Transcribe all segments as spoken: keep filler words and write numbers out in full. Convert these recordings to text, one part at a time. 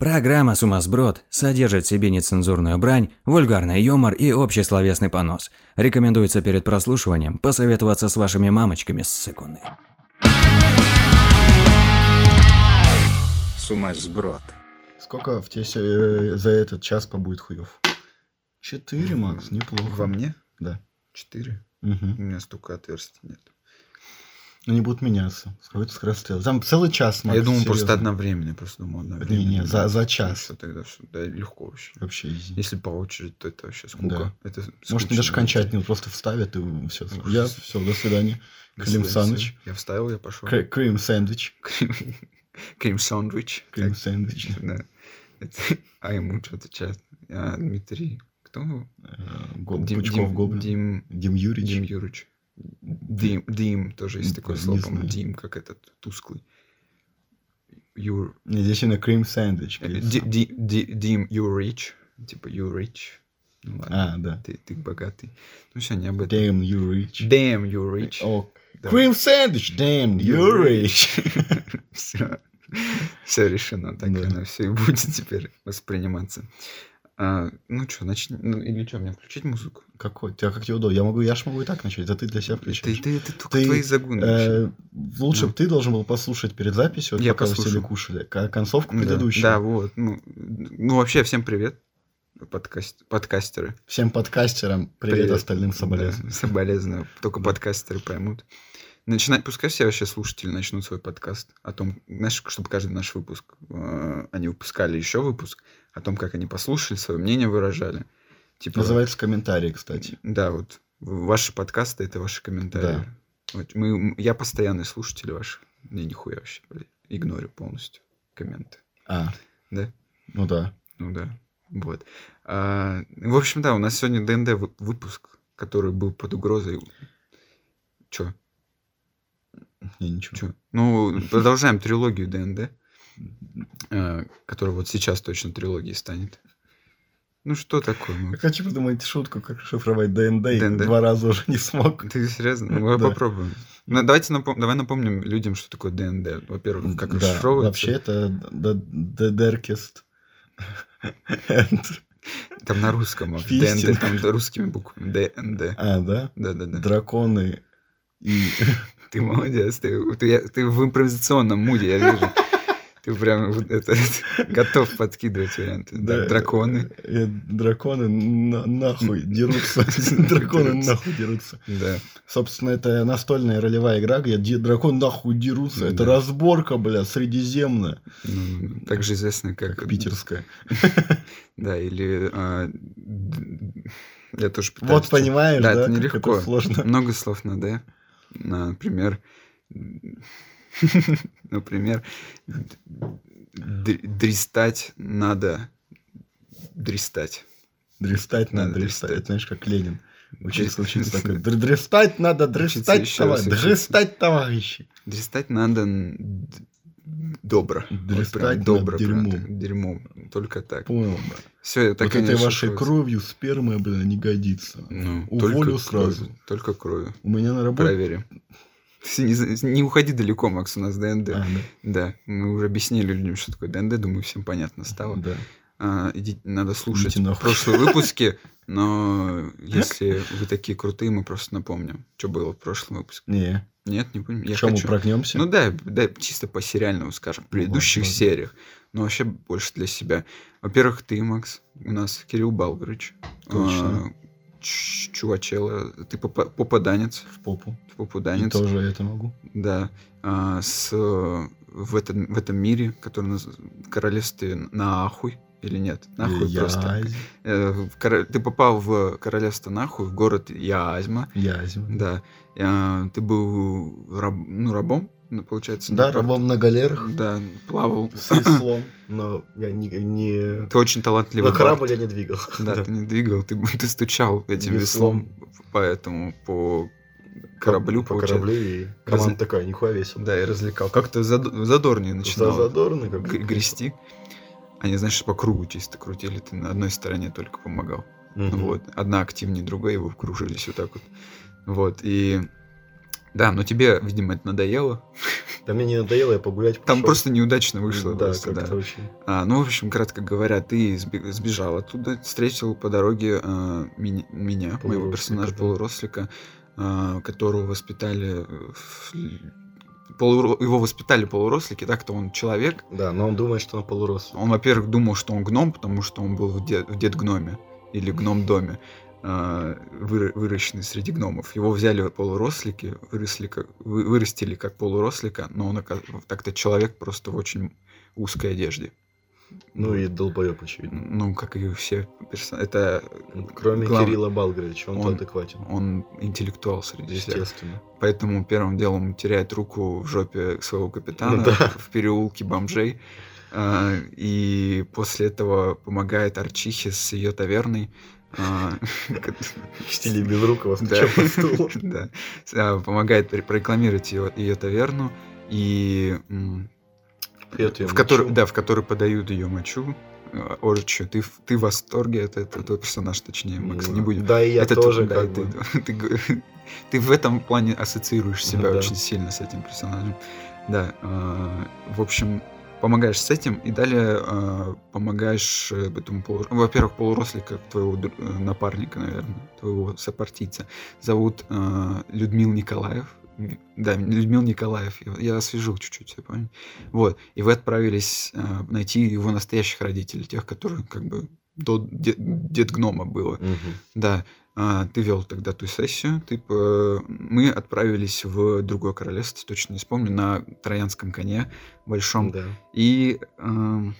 Программа «Сумасброд» содержит в себе нецензурную брань, вульгарный юмор и общесловесный понос. Рекомендуется перед прослушиванием посоветоваться с вашими мамочками с секунды. Сумасброд. Сколько в тебе э, за этот час побудет хуев? Четыре, Макс, неплохо. Во мне? Да. Четыре? Угу. У меня столько отверстий нет. Они будут меняться. С какой-то скорострел. Там целый час, Макс. А я думал, серьезно. просто одновременно. Я просто думал одновременно. Не, не, за, за Ну, час. что тогда все, да, легко вообще. Вообще изи. Если по очереди, то это вообще скука. Да. Это Может, скучно. не даже кончать, не просто вставят и все. Ну, Я, что- все, до свидания. До Клим свидания, Саныч. всё. Я вставил, я пошел. Кре- Крем сэндвич. Крем сандвич. Крем сэндвич. Да. Это- А ему что-то часто. А, Дмитрий. Кто? Э, Го- Дим, Пучков Дим, Гоблин. Дим, Дим Юрич. Дим Юрич. Дим, Дим, тоже есть такое Не слово, по-моему. знаю. Дим, как этот, тусклый. Юр... Не, здесь именно крем сэндвич. Э, Ди- Ди- Ди- Дим, you rich. Типа, you rich. Ну ладно, А, да. ты, ты богатый. Ну все, не об этом. Damn, you rich. Damn, you rich. О, Да. крем сэндвич. Damn, you rich. Все. Все решено. Так Да. оно все и будет теперь восприниматься. А, ну что, начни. Ну, или что, мне включить музыку? Какой? Тебя как тебе удобно? Я могу, я ж могу и так начать, а ты для себя Ты, включаешь. ты, ты только Ты, твои загоны. Э, лучше Ну. бы ты должен был послушать перед записью, вот Я пока вы послушаю. сидели кушали, к- концовку Да, предыдущую. Да, вот. Ну, ну, вообще, всем привет. Подкаст, подкастеры. Всем подкастерам привет, остальным соболезную. Да, соболезную. Только Да. подкастеры поймут. Начинать, пускай все вообще слушатели начнут свой подкаст о том, знаешь, чтобы каждый наш выпуск, э, они выпускали еще выпуск о том, как они послушали, свое мнение выражали. Типа, Называется комментарии, кстати. да, вот ваши подкасты — это ваши комментарии. Вот, мы, я постоянный слушатель ваших. Не, нихуя вообще, блядь, игнорю полностью комменты. А, Да? ну да. Ну да, вот. А, в общем, да, у нас сегодня ДНД вы- выпуск, который был под угрозой. Чё? Не, ничего. Чё? Ну, продолжаем трилогию ДНД, э, которая вот сейчас точно трилогией станет. Ну, что такое? Я Макс? хочу придумать шутку, как шифровать ДНД, и ДНД. два раза уже не смог. Ты серьезно? Ну, Да. попробуем. Ну, давайте напом- давай напомним людям, что такое ДНД. Во-первых, как Да, расшифровывается. вообще это The Darkest. And- Там на русском. а в Фистинг. ДНД там русскими буквами. ДНД. А, да? Да-да-да. Драконы и... Ты молодец, ты, ты, ты в импровизационном муде, я вижу. Ты прям вот это, готов подкидывать варианты. Да, Да, драконы. э, Драконы на- нахуй дерутся. Драконы нахуй дерутся. Да. Собственно, это настольная ролевая игра, где д- дракон нахуй дерутся. Это Да. разборка, бля, средиземная. Ну, также известно как... Как питерская. Да, или... а, д- я тоже пытаюсь... Вот понимаешь, Да, да, это как нелегко. это сложно. Много слов на «д». Например... Например... д- Дристать надо... Дристать. Дрестать надо, Надо дрестать. дрестать. Это знаешь, как Ленин. Учиться, Дре- учиться такой. «Др- Дрестать надо, Учиться дрестать, еще раз товарищи. учиться. Дрестать, товарищи. Дристать надо н- д- добро. Вот Дрестать прям надо добро. прям дерьмом. так, Дерьмом. Только так. Понял, бля. Все, так Вот они этой вашей расшифровываются. кровью спермы, бля, не годится. Ну, Уволю только сразу. кровью. Только кровью. У меня на работе... Проверим. Ты Не, за- не уходи далеко, Макс, у нас ДНД. А, Да, мы уже объяснили людям, что такое ДНД, думаю, всем понятно да. стало. Да. А, иди- надо слушать Идите нахуй. прошлые выпуски, но если вы такие крутые, мы просто напомним, что было в прошлом выпуске. Не. Нет, не помню. Я Чем мы хочу. прогнемся? Ну да, да, чисто по сериальному, скажем, в предыдущих ладно. сериях, но вообще больше для себя. Во-первых, ты, Макс, у нас Кирилл Балгарович. Точно. А, ч- Чувачела, ты попа- попаданец, В попу. И попаданец. тоже это могу. Да, а, с, э, в, этом, в этом мире, который наз... в королевстве Наахуй, или нет? Нахуй Я- просто. Э, в кора- Ты попал в королевство Нахуй, в город Яазьма, Язьма. да. А, ты был раб... ну, рабом, ну, получается. Да, на- рабом на галерах. Да, плавал. С веслом. Но я не... не... Ты очень талантливый На бард. корабль я не двигал. Да, ты не двигал, ты, ты стучал этим Веслом. веслом, поэтому по кораблю, По получается. кораблю, и команда такая, нихуя весело. Да, и развлекал. Как-то зад- задорнее начинал. Задорно, как г- грести. Они, знаешь, по кругу чисто крутили, ты на одной стороне только помогал. Мгм. Вот. Одна активнее другой, и вы кружились вот так вот. Вот, и... Да, но тебе, видимо, это надоело. Да мне не надоело, я погулять Там пошёл. просто неудачно вышло. Да, просто, как-то да. очень. А, ну, в общем, кратко говоря, ты сбе- сбежал оттуда, встретил по дороге а, меня, меня, моего Полурослика, персонажа да. полурослика, а, которого воспитали... э, в- полуро- Его воспитали полурослики, так-то он человек. Да, но он думает, что он полурослик. Он, во-первых, думал, что он гном, потому что он был в, де- в дед-гноме или гном-доме, а, выры- выращенный среди гномов. Его взяли полурослики, выросли как- вы- вырастили как полурослика, но он ока- так-то человек просто в очень узкой одежде. Ну Вот. и долбоёб, очевидно. Ну, как и все персонажи. Это Кроме глав- Кирилла Балгровича, он, он- адекватен. он интеллектуал среди всех. Естественно. Поэтому первым делом теряет руку в жопе своего капитана Ну да. в переулке бомжей. А, И после этого помогает Арчихе с ее таверной. а, В стиле Безрукова, Да. стуча по стулу. Да. А, Помогает пр- прорекламировать ее, ее таверну. И м, Пьет её в которой, мочу. да, в которой подают ее мочу. э, Орчу, ты, в- ты в восторге, это, это твой персонаж, точнее, Макс, не Ну, будем. Да, и я Это тоже, ты, да, как ты, бы. ты г- ты в этом плане ассоциируешь себя Да. очень сильно с этим персонажем. Да, а, в общем, помогаешь с этим, и далее а, помогаешь э, этому, полу- во-первых, полурослика твоего дру- э, напарника, наверное, твоего сопартийца. Зовут а, Людмил Николаев. М, Да, Людмил Николаев. Я, я освежил чуть-чуть, я помню. Вот. И вы отправились а, найти его настоящих родителей, тех, которые как бы до де- дед гнома было. Мгм. Да, а, ты вел тогда ту сессию. Ты, по- мы отправились в другое королевство, точно не вспомню, на троянском коне большом. Да. И, ам,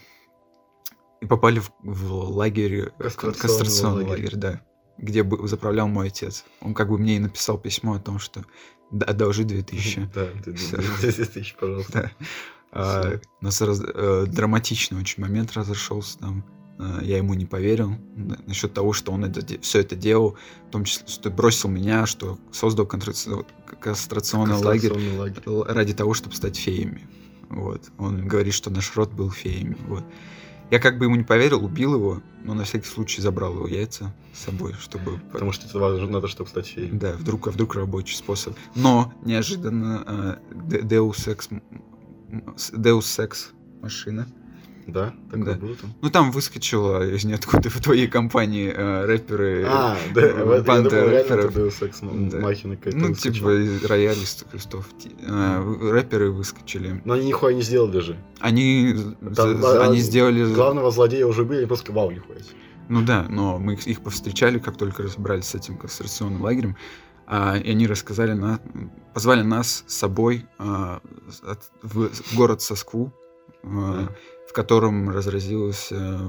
и попали в, в лагерь, в Кастрационный кастрационный лагерь. лагерь, да, где бы заправлял мой отец. Он как бы мне и написал письмо о том, что «Да, одолжи две тысячи. Да, ты Всё. десять тысяч, пожалуйста. Да. А, Всё. у нас раз- э, драматичный очень момент разошелся там. А, Я ему не поверил да, насчет того, что он все это делал, в том числе, что бросил меня, что создал контра- кастрационный лагерь Кастрационный лагерь. л- ради того, чтобы стать феями. Вот. Он говорит, что наш род был феями. Вот. Я как бы ему не поверил, убил его, но на всякий случай забрал его яйца с собой, чтобы... по- Потому что это важно, надо, чтобы стать феей. Да, вдруг, а вдруг рабочий способ. Но неожиданно а, Де- Deus Ex, м- м- с- Deus Ex машина. Да? Такое Да. было там? Ну, там выскочила из ниоткуда в твоей компании э, рэперы. А, да, э, вот я банда думал, реально рэперов. это Deus Ex Да. Machina какая-то Ну, выскочила. типа рояль из крестов. Ти- э, в- рэперы выскочили. Но они нихуя не сделали же. Они, Там, за- за- а, они сделали... Главного злодея уже убили, просто вау, нихуя себе. Ну да, но мы их, их повстречали, как только разобрались с этим кастрационным лагерем. А, и они рассказали, на, позвали нас с собой а, от- в, в город Соскву, а, Да. в котором разразилось, э,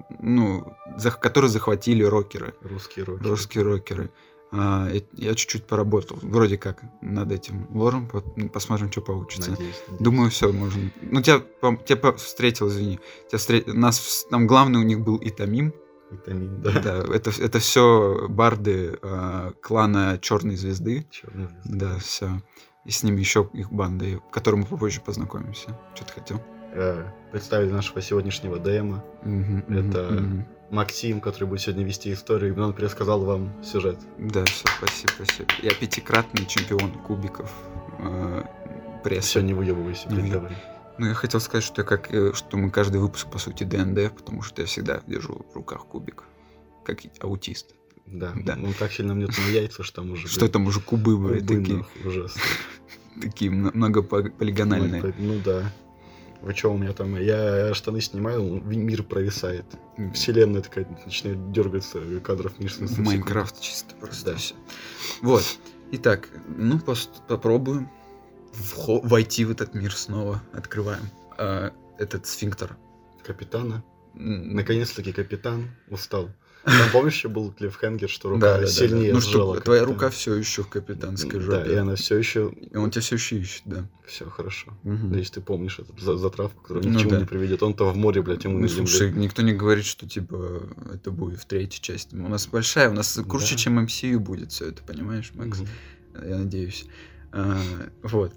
ну, за, который захватили рокеры, Русские роки. русские рокеры. А, и я чуть-чуть поработал, вроде как, над этим лором, по- посмотрим, что получится. Надеюсь, надеюсь. Думаю, все, можно. Ну, тебя, пом- тебя по- встретил, извини. Тебя встр- Нас, вс- там главный у них был Итамим. Витамин, да. Да, это, это все барды э, клана Черной Звезды. Чёрный лист. Да, все. И с ними еще их банда, и- к которым мы попозже познакомимся. Что ты хотел? Э, Представили нашего сегодняшнего ДМа. Мгм, мгм, Это- мгм. Максим, который будет сегодня вести историю, и он пересказал вам сюжет. Да, все, спасибо, спасибо. Я пятикратный чемпион кубиков э, пресса. Все, не выебывайся, блин, Мгм. давай. Ну, я хотел сказать, что, я как, э, что мы каждый выпуск, по сути, ДНД, потому что я всегда держу в руках кубик, как и аутист. Да. Да. Он так сильно мнет на яйца, что там уже... Что там уже кубы были, Кубы, такие, нахуй, ужасно. такие мно- многополигональные. Ну, Ну да. Вы что, у меня там... Я штаны снимаю, мир провисает. Вселенная такая начинает дергаться, кадров не становится. В Майнкрафт чисто просто Да. все. Вот. Итак, ну пос- попробуем вхо- войти в этот мир снова. Открываем а, этот сфинктер. Капитана. М, Наконец-таки капитан устал. Там, помнишь, еще был клиффхенгер, что рука да, да, да, сильнее да. Ну сжала что, твоя капитана? рука все еще в капитанской Да, жопе. и она все еще... И он тебя все еще ищет, да. Все хорошо. Мгм. Надеюсь, ты помнишь эту за- затравку, которая ни Ну к чему да. не приведет. Он-то в море, блядь, ему Ну, на земле. слушай, никто не говорит, что типа это будет в третьей части. У нас большая, у нас круче, Да. чем эм си ю будет все это, понимаешь, Макс? Мгм. Я надеюсь. А, вот.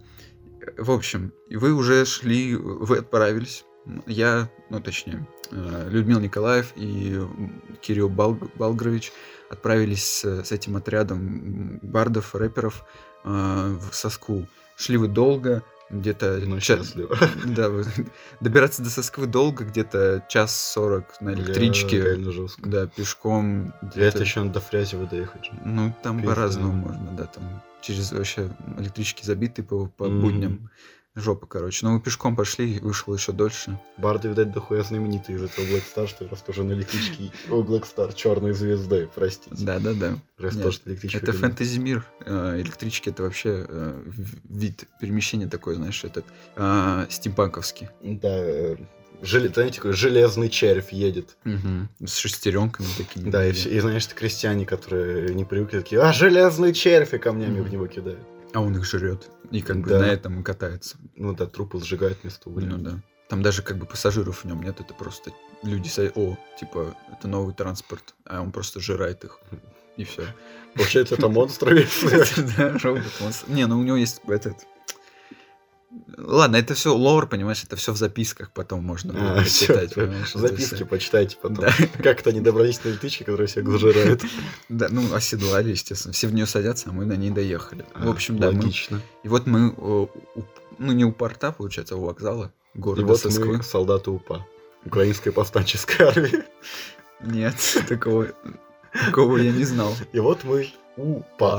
В общем, и вы уже шли, вы отправились. Я, ну точнее, э, Людмил Николаев и Кирилл Бал- Балгрович отправились с, с этим отрядом бардов, рэперов э, в Соску. Шли вы долго, где-то... Ну, ча- счастливо. Да, вот. Добираться до Москвы долго, где-то час сорок на электричке. Бля, реально жестко. Да, пешком. Для где-то- этого еще надо до Фрязева доехать. Ну, там Пизда. по-разному можно, да, там через вообще электрички забиты по, по М. будням. Жопа, короче. Но мы пешком пошли, вышел еще дольше. Барды, видать, дохуя знаменитый из этого Black Star, что раз тоже на электричке. О, Black Star, черной звездой, простите. Да-да-да. Раз Нет, тоже электричка. Это фэнтези-мир. Э, Электрички — это вообще э, в- вид перемещения такой, знаешь, этот э, стимпанковский. Да, э, желе- знаете, такой железный червь едет. С шестеренками такими. Да, и, все, и знаешь, это крестьяне, которые не привыкли, такие, а, железный червь, и камнями Мгм. в него кидают. А он их жрет. И как бы Да. на этом и катается. Ну да, трупы сжигают вместо угля. Ну да. Там даже как бы пассажиров в нем нет, это просто люди, со- о, типа, это новый транспорт, а он просто жирает их. И все. Получается, это монстры местные. Да, робот-монстр. Не, ну у него есть этот... Ладно, это все лор, понимаешь, это все в записках потом можно А, будет всё, почитать, всё. понимаешь. это Записки всё. почитайте потом. Да. Как-то они добрались на электричке, которая всех зажирает. Да, ну, оседлали, естественно. Все в нее садятся, а мы на ней доехали. А, В общем, да, мы... Логично. И вот мы, о, у- ну, не у порта, получается, а у вокзала И города вот Москвы. мы солдаты УПА. Украинской повстанческой армии. Нет, такого, такого я не знал. И вот мы УПА.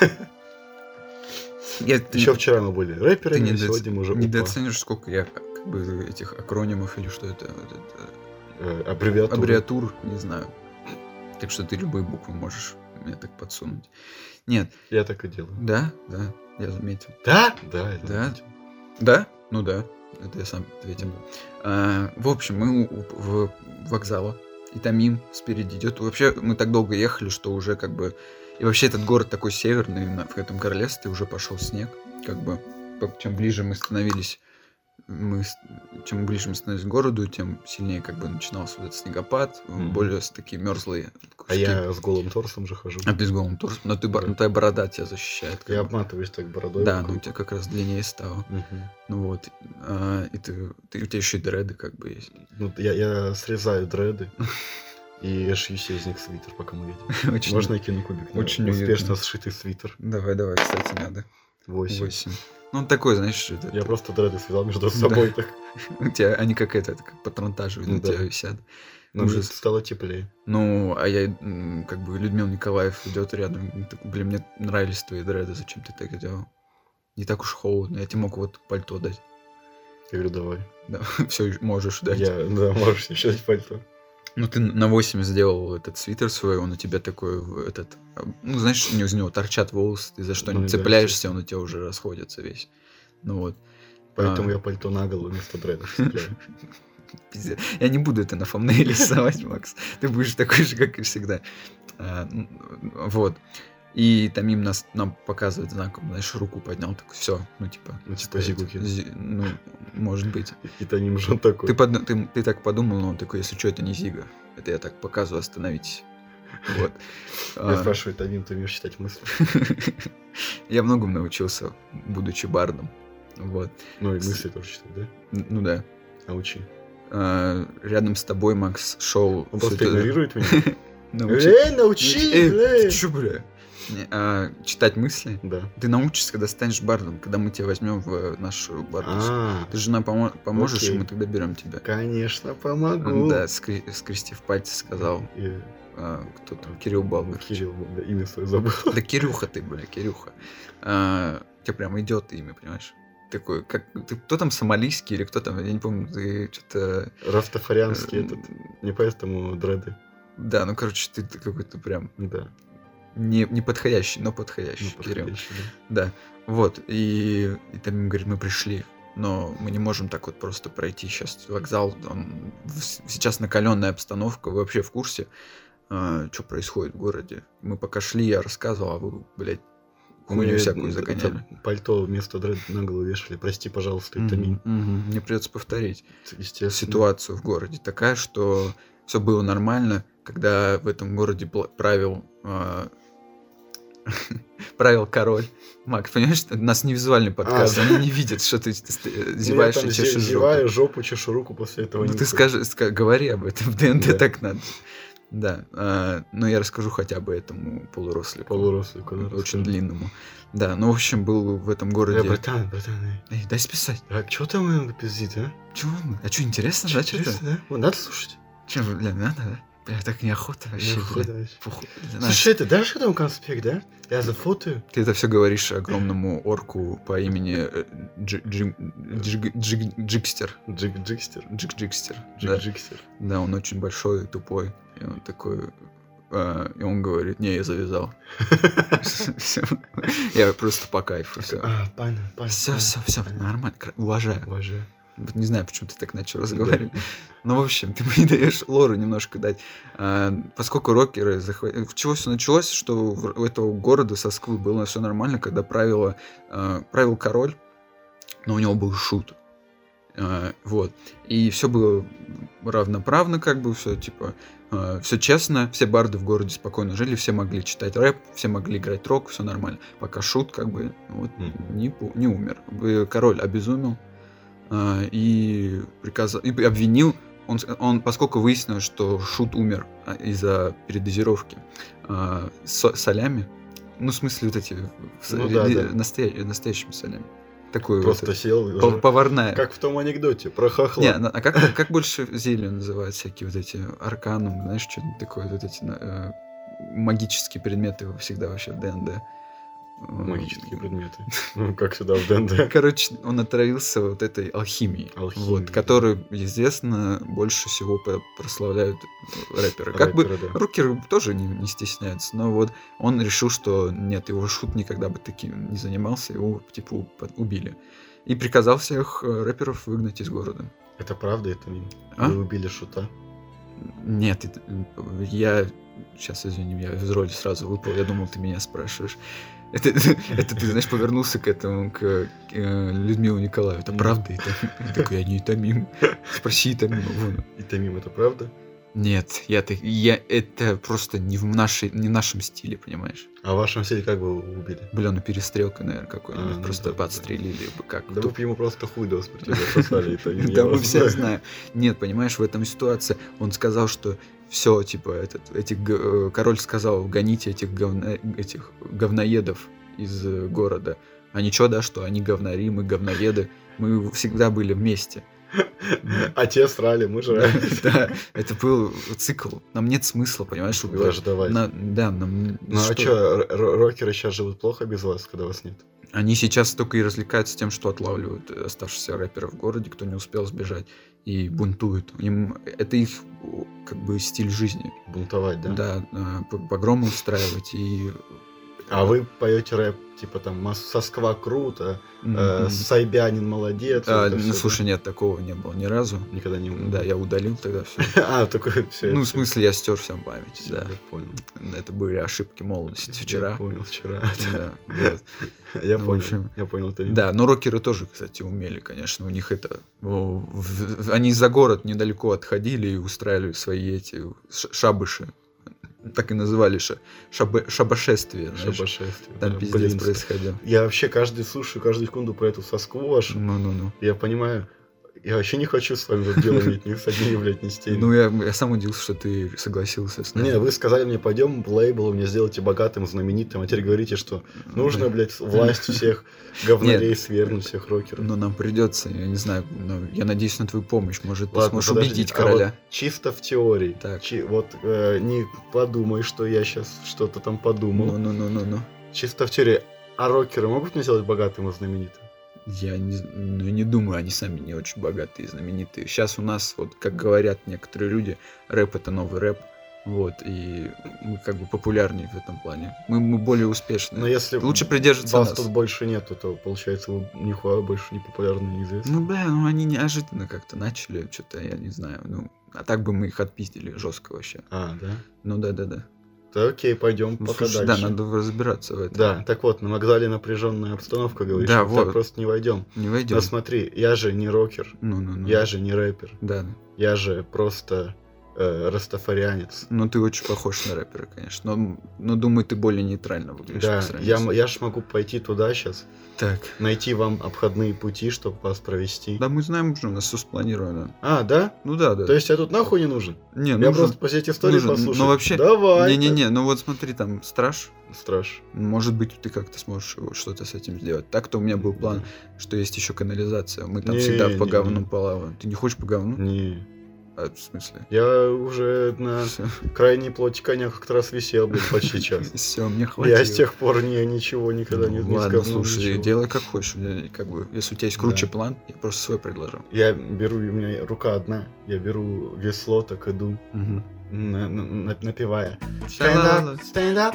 Я, Еще вчера мы были рэперами, ты а недооц- сегодня мы уже УПА. недооценишь, сколько я как бы этих акронимов или что это, вот это Э, Аббревиатура. аббревиатур, не знаю. Так что ты любые буквы можешь мне так подсунуть. Нет, Я так и делаю. да, да, я заметил. Да? Да, я Да. заметил. Да? Ну да, это я сам ответил. А, в общем, мы у, у- в вокзала, и Тамим спереди идет. Вообще, мы так долго ехали, что уже как бы... И вообще этот город такой северный, на- в этом королевстве уже пошел снег. Как бы, по- чем ближе мы становились, мы, с- чем ближе мы становились к городу, тем сильнее как бы начинался вот этот снегопад, Мгм. более с- такие мерзлые А куски. я с голым торсом же хожу. А ты с голым торсом, но ты, бор- ну, твоя борода тебя защищает. как Я бы. обматываюсь так бородой. Да, ну у вокруг. тебя как раз длиннее стало. Мгм. Ну вот. а, и ты, ты- у тебя еще и дреды как бы есть. Ну, я, я срезаю дреды и шью себе из них свитер, пока мы едем. Очень- Можно я кину кубик? на очень успешно уютно. сшитый свитер. Давай, давай, кстати, надо. Восемь. Восемь. Ну, он такой, знаешь, это- Я просто дреды связал между Да. собой так. у тебя они как это, как патронтажевые на Да. тебя висят. Но мне Ужас. стало теплее. Ну, а я, м, как бы, Людмила Николаев идет рядом. и такой, блин, мне нравились твои дреды, зачем ты так делал? Не так уж холодно, я тебе мог вот пальто дать. Я говорю, давай. Да, все, можешь дать. Я, да, можешь еще дать пальто. Ну, ты на восемь сделал этот свитер свой, он у тебя такой, в- этот, а, ну, знаешь, из него торчат волосы, ты за что-нибудь Ну, да, цепляешься, он у тебя уже расходится весь. Ну вот. Поэтому А. я пальто на голову вместо дредов цепляю. Пиздец. Я не буду это на фамнейле рисовать, Макс. Ты будешь такой же, как и всегда. А, м, вот. И Тамим нас, нам показывает знаком, знаешь, руку поднял, так все, ну типа... Ну, типа стоит. Зигуки. Зи- Ну, может быть. И Тамим же он такой. Ты, под- ты, ты так подумал, но он такой, если что, это не Зига. Это я так показываю, остановитесь. Вот. Я А, спрашиваю, Тамим, ты умеешь читать мысли? Я многому научился, будучи бардом. Вот. Ну и мысли тоже читать, да? Н- Ну да. Научи. А, рядом с тобой, Макс, шел... Он всё просто это- игнорирует меня. Научи- Эй, научи! Эй, ты эй! чё, бля? Не, а, читать мысли? Да. Ты научишься, когда станешь бардом, когда мы тебя возьмем в э, нашу бардовскую. А, Ты жена помо- поможешь, и окей. мы тогда берем тебя. конечно, помогу. Да, скри- скрестив пальцы сказал И- а, кто там, Кирилл Балбер. Кирилл, да, имя свое забыл. Да Кирюха ты, бля, Кирюха. А, тебе прям идет имя, понимаешь? Такой, как ты, кто там сомалийский или кто там, я не помню, ты что-то. Рафтафарианский Э, этот. Не поэтому дреды. Да, ну короче, ты, ты какой-то прям Да. не, не подходящий, но Ну, подходящий, Кирилл. подходящий, да. Да, вот, и, и там им говорит, мы пришли, но мы не можем так вот просто пройти сейчас вокзал, он, в- сейчас накаленная обстановка, вы вообще в курсе, что происходит в городе? Мы пока шли, я рассказывал, а вы, блядь, хуйню Мы всякую это загоняли. Пальто вместо дред на голову вешали. Прости, пожалуйста, это Мгм, мгм. Мне придется повторить естественно. ситуацию в городе такая, что все было нормально, когда в этом городе пла- правил а, правил король. Мак, понимаешь, это у нас не визуальный подкаст, А, они не видят, что ты ст- Ну, я зеваешь там и зе- чешешь жопу. зеваю, жопу, чешу руку после этого. Ну ты нюхаю. скажи, ска- говори об этом, в ДНТ Да. так надо. Да, а, но я расскажу хотя бы этому полурослику. Полурослику, да, Очень расскажи. длинному. Да, ну, в общем, был в этом Э, городе... братан, братан, э, Эй, дай списать. а что там он пиздит, а? Чего? А что, интересно, да, что-то? Интересно, да? Вот, надо слушать. Че, бля, надо, да? Бля, так неохота вообще, Неохота бля. вообще. Фух, бля, Слушай, ты дашь этому конспект, да? Я зафотаю. Ты это все говоришь огромному орку по имени э, Джи- Джи- Джиг- Джиг- Джикстер. Джик-джикстер. Джик-Джикстер. Да. Джик-джикстер. Да, он очень большой и тупой. И он такой... а, и он говорит, не, я завязал. Всё. Я просто по кайфу. Все, А, понятно, понятно. все, все, все, нормально, кра- уважаю. Уважаю. Вот не знаю, почему ты так начал разговаривать. Ну, в общем, ты мне даешь лору немножко дать. А, поскольку рокеры захватили... В чего все началось, что в- у этого города Сосквы было все нормально, когда правило, а, правил король, но у него был шут. А, вот. И все было равноправно, как бы, все типа, все честно, все барды в городе спокойно жили, все могли читать рэп, все могли играть рок, все нормально. Пока шут, как бы, вот, Мгм. не, пу- не умер. Э, Король обезумел а, и приказал, и обвинил, он, с- он, поскольку выяснилось, что шут умер а, из-за передозировки а, со- солями, ну, в смысле, вот эти, с- Ну да, ли- да. настоя- настоящими солями. Такой Просто вот, сел. и пов- уже- поварная. Как в том анекдоте про хохла. Не, ну, а как, как больше зелья называют всякие вот эти арканум, знаешь, что-нибудь такое, вот эти э, магические предметы всегда вообще в ДНД. Магические предметы. Ну, как сюда в ДНД. Короче, он отравился вот этой алхимией, Алхимией, вот, да. которую, естественно, больше всего по- прославляют рэперы. Как бы Рэперы, да. рокеры тоже не, не стесняются, но вот он решил, что нет, его шут никогда бы таким не занимался, его типа под- убили. И приказал всех э, рэперов выгнать из города. Это правда, это мим? А? Вы убили шута? Нет, это- я... Сейчас, извини, я из роли сразу выпал, я думал, ты меня спрашиваешь. Это, это ты, знаешь, повернулся к этому, к, э, Людмиле Николаеву. Это Мгм. правда? Это... Я такой, я не Итамим. Спроси Итамима. Вон. И это мим, это правда? Нет, я, так- я, это просто не в, нашей, не в нашем стиле, понимаешь? А в вашем стиле как бы его убили? Бля, ну перестрелка, наверное, А, какой-нибудь. ну Просто да, да. подстрелили бы как. Да вы Туп- бы ему просто хуй до смерти засосали. это мим, я Да, мы вас все знаю. знаем. Нет, понимаешь, в этом ситуации он сказал, что все, типа, этот, этих, г- э, король сказал, гоните этих, говна- этих говноедов из э, города. А ничего, да, что они говнари, мы говноеды, мы всегда были вместе. А те срали, мы жрали. Да, это был цикл. Нам нет смысла, понимаешь? чтобы- Враждовать. на- Да, нам... Ну а что, рокеры сейчас живут плохо без вас, когда вас нет? Они сейчас только и развлекаются тем, что отлавливают оставшихся рэперов в городе, кто не успел сбежать, и бунтуют. Им это их о, как бы стиль жизни. Бунтовать, да? Да, э, п- погромы устраивать и... А вы поете рэп, типа там «Мос- Москва круто, М, э, м. Сайбянин молодец. А, вот это ну, всё, слушай, нет, такого не было ни разу. да? Никогда не умел. Да, я удалил тогда все. А, такое все. Ну, в смысле, я стер всем память, Всё, да. я понял. Это были ошибки молодости Я вчера. понял, вчера. Да, вот. Я Ну, в понял, общем, я понял. это Да, но рокеры тоже, кстати, умели, конечно. У них это... о, в- Они за город недалеко отходили и устраивали свои эти ш- шабыши. Так и называли ша- шабе- шабашествие. знаешь. Шабашествие. Там да. пиздец Блин, происходил. Я вообще каждый слушаю каждую секунду про эту Москву вашу. Ну-ну-ну. Я понимаю, я вообще не хочу с вами вот дело иметь ни с одними, блядь, ни с теми. Ну, я, я сам удивился, что ты согласился с нами. Не, вы сказали мне, пойдем в лейбл, вы меня сделайте богатым, знаменитым, а теперь говорите, что нужно, Да. блядь, власть всех говнарей свергнуть, всех рокеров. Но нам придется, я не знаю, но я надеюсь на твою помощь. Может, ты Ладно, сможешь подожди, убедить а короля. вот чисто в теории. Так. Чи- вот э, не подумай, что я сейчас что-то там подумал. Ну-ну-ну-ну-ну. Чисто в теории. А рокеры могут меня сделать богатым и знаменитым? Я не, з- ну, не думаю, они сами не очень богатые и знаменитые. Сейчас у нас, вот как говорят некоторые люди, рэп это новый рэп. Вот, и мы как бы популярнее в этом плане. Мы, мы более успешны. Но если Лучше придерживаться вас нас. тут больше нету, то получается вы нихуя больше не популярны, неизвестны. Ну, бля, ну они неожиданно как-то начали, что-то, я не знаю. Ну, а так бы мы их отпиздили жестко вообще. А, да? Ну да-да-да. Да окей, пойдем Ну, пока слушай, дальше. да, надо разбираться в этом. Да, так вот, на вокзале напряженная обстановка, говоришь, Да, мы вот. так просто не войдем. Не Но войдем. смотри, я же не рокер, Ну-ну-ну. я же не рэпер, Да. я же просто э, растафарианец. Ну, ты очень похож на рэпера, конечно. Но, но думаю, ты более нейтрально выглядишь. Да, по сравнению я, с- м- я ж могу пойти туда сейчас, Так. найти вам обходные пути, чтобы вас провести. Да, мы знаем уже, у нас все спланировано. А, да? Ну да, да. То есть я тут нахуй не нужен? Не, Я нужен- просто посидеть истории нужен. послушать. Ну, вообще- Давай. Не-не-не, ну вот смотри, там страж. Страш. Может быть, ты как-то сможешь его что-то с этим сделать. Так-то у меня был план, что есть еще канализация. Мы там Не, всегда по не, говну не. плаваем. Ты не хочешь по говну? Не. А, в смысле? Я уже на Всё. крайней плоти коня как-то раз висел, блин, почти час. Все, мне хватит. Я с тех пор не, ничего никогда не, Ну, не ладно, сказал, слушай, ничего. делай как хочешь. Я, как бы, если у тебя есть круче Да. план, я просто свой предложил. Я беру, у меня рука одна, я беру весло, так иду, на- на- на- напевая. Stand up, stand up,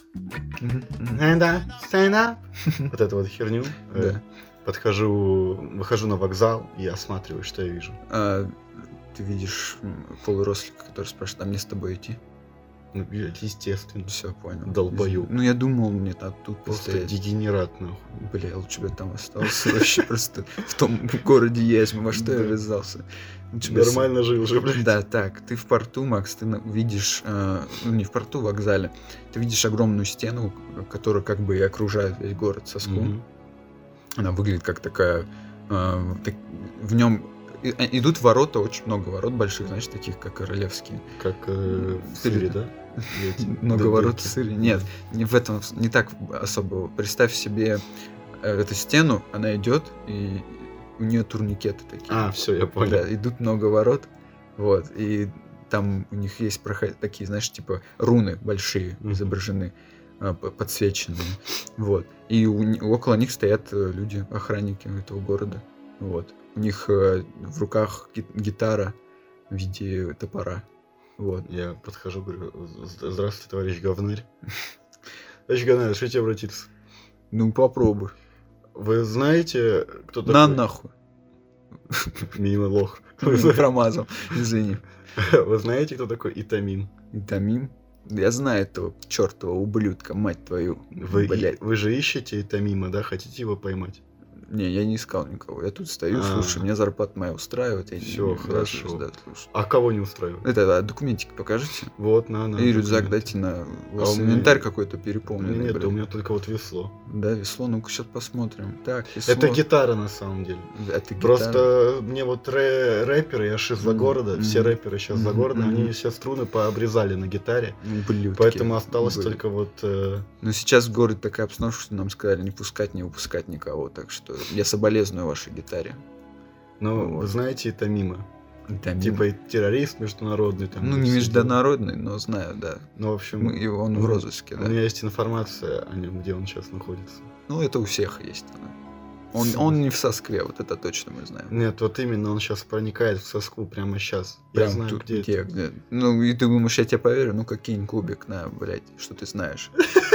Мгм, мгм. stand up, stand up. Вот эту вот херню. Э, Да. Подхожу, выхожу на вокзал и осматриваю, что я вижу. А, ты видишь м, полурослика, который спрашивает, а мне с тобой идти? Ну, естественно. Все, понял. Долбоёб. Ну, я думал, мне там тут Просто постоять. дегенерат, нахуй. Бля, лучше бы я там остался вообще просто в том городе есть, во что я Да. ввязался. Лучше бы с- Нормально жил же, блядь. Да, так, ты в порту, Макс, ты на- видишь, э, ну не в порту, в вокзале, ты видишь огромную стену, которая как бы и окружает весь город соском. Мгм. Она выглядит как такая, э, так- в нем идут ворота, очень много ворот больших, знаешь, таких как королевские. Как э, в Перед- сыре, да? Или эти Много ворот в дырки? сыре. Нет, не в этом, не так особо. Представь себе э, эту стену, она идет, и у нее турникеты такие. А, все, я понял. Да, идут много ворот, вот, и там у них есть проход... такие, знаешь, типа руны большие Мгм. изображены, а, п- подсвеченные, вот. И у ни- около них стоят э, люди, охранники этого города, вот. У них э, в руках ги- гитара в виде топора, вот. Я подхожу, говорю, «З- здравствуйте, товарищ говнарь. Товарищ говнарь, решите обратиться. Ну, попробуй. Вы знаете, кто такой? На нахуй. Мимо лох. Вы зна- Промазал, извини. Вы знаете, кто такой Итамин? Витамин. Я знаю этого чертова ублюдка, мать твою. Вы, Блядь. вы же ищете Итамима, да? Хотите его поймать? Не, я не искал никого. Я тут стою, А. слушаю, меня зарплата моя устраивает. Я не- Всё, не хорошо. разве, да, слушаю. А кого не устраивает? Это, да, документики покажите. Вот, на, на. И рюкзак документы. дайте на... У вас у меня- инвентарь какой-то У меня переполненный, нет, блядь. у меня только вот весло. Да, весло, ну-ка сейчас посмотрим. Так, весло. Это гитара на самом деле. Это гитара. Просто мне вот рэ- рэперы, я же из-за Мгм, города, все мгм. рэперы сейчас за Мгм, города, мгм. они все струны пообрезали на гитаре, Ублюдки. поэтому осталось Были. только вот... э, Но сейчас в городе такая обстановка, что нам сказали не пускать, не выпускать никого. Так что я соболезную вашей гитаре. Ну, Вот. вы знаете, это мимо. Витамин. Типа и террорист международный там. Ну, и не все международный, но знаю, да. дела. Ну, в общем, Мы, и он в ну, розыске, у да. меня есть информация о нем, где он сейчас находится. Ну, это у всех есть. да. Он, он не в Соскве, вот это точно мы знаем. Нет, вот именно он сейчас проникает в соску прямо сейчас. Прям я знаю, тут, где, где, это. где. Ну, и ты думаешь, я тебе поверю? Ну-ка, кинь кубик, на, блядь, что ты знаешь.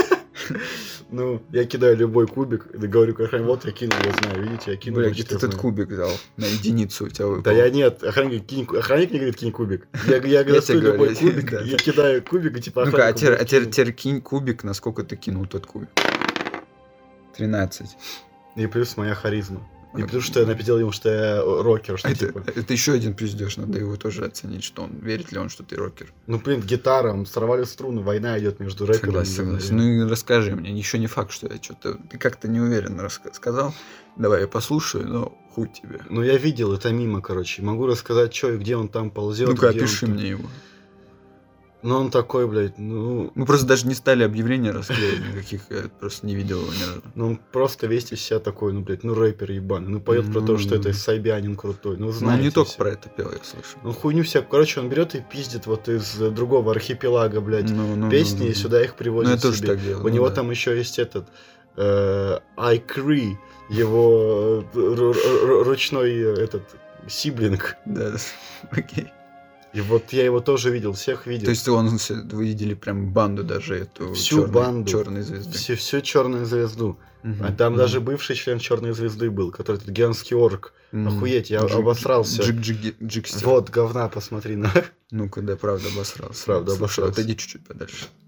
Ну, я кидаю любой кубик и говорю, к охране, вот я кинул, я знаю, видите, я кинул, Блядь, значит, где ты я этот знаю. кубик взял? На единицу у тебя выпал. Да я нет, охранник, кинь, ку- охранник мне говорит, кинь кубик. Я, я, Я говорю, тебе любой говорю, кубик, да, я да. кидаю кубик, и типа Ну-ка, а охранник теперь, а говорит, теперь, кинь. теперь кинь кубик, насколько ты кинул тот кубик. тринадцать. И плюс моя харизма. И Ну, плюс, что я написал ему, что я рокер, что А это, типа... это еще один пиздеж, надо его тоже оценить, что он верит ли он, что ты рокер. Ну, блин, гитара, он сорвали струны, война идет между рэперами. Согласен, согласен. Ну и расскажи мне, еще не факт, что я что-то... Ты как-то неуверенно раска- сказал. Давай я послушаю, но хуй тебе. Ну, я видел это мимо, короче. Могу рассказать, что и где он там ползет. Ну-ка, где он опиши там. мне его. Ну, он такой, блядь, ну... Мы просто даже не стали объявления расклеивать никаких, я просто не видел его ни разу. Ну, он просто весь из себя такой, ну, блядь, ну, рэпер ебаный. Ну, поет про то, что это сайбианин крутой. Ну, Ну, знаете он не только все. про это пел, я слышал. Ну, хуйню вся. Короче, он берет и пиздит вот из другого архипелага, блядь, Ну, ну, песни, ну, ну, и сюда их приводит Ну, я тоже себе. так делал. У ну него да. там еще есть этот... э, iCree, его э, ру- ру- ручной э, этот сиблинг. Да, да. Окей. И вот я его тоже видел, всех видел. То есть он, с- вы видели прям банду даже эту Всю чёрной- банду. черной звезды. Всю, всю черную звезду. Мгм. А там Мгм. даже бывший член черной звезды был, который этот гигантский орк. Мгм. Охуеть, я Джик- обосрался. Джик, джик, джикстер. Вот, говна, посмотри на. Ну-ка, да, правда обосрался. Правда Слушай, обосрался. отойди чуть-чуть подальше.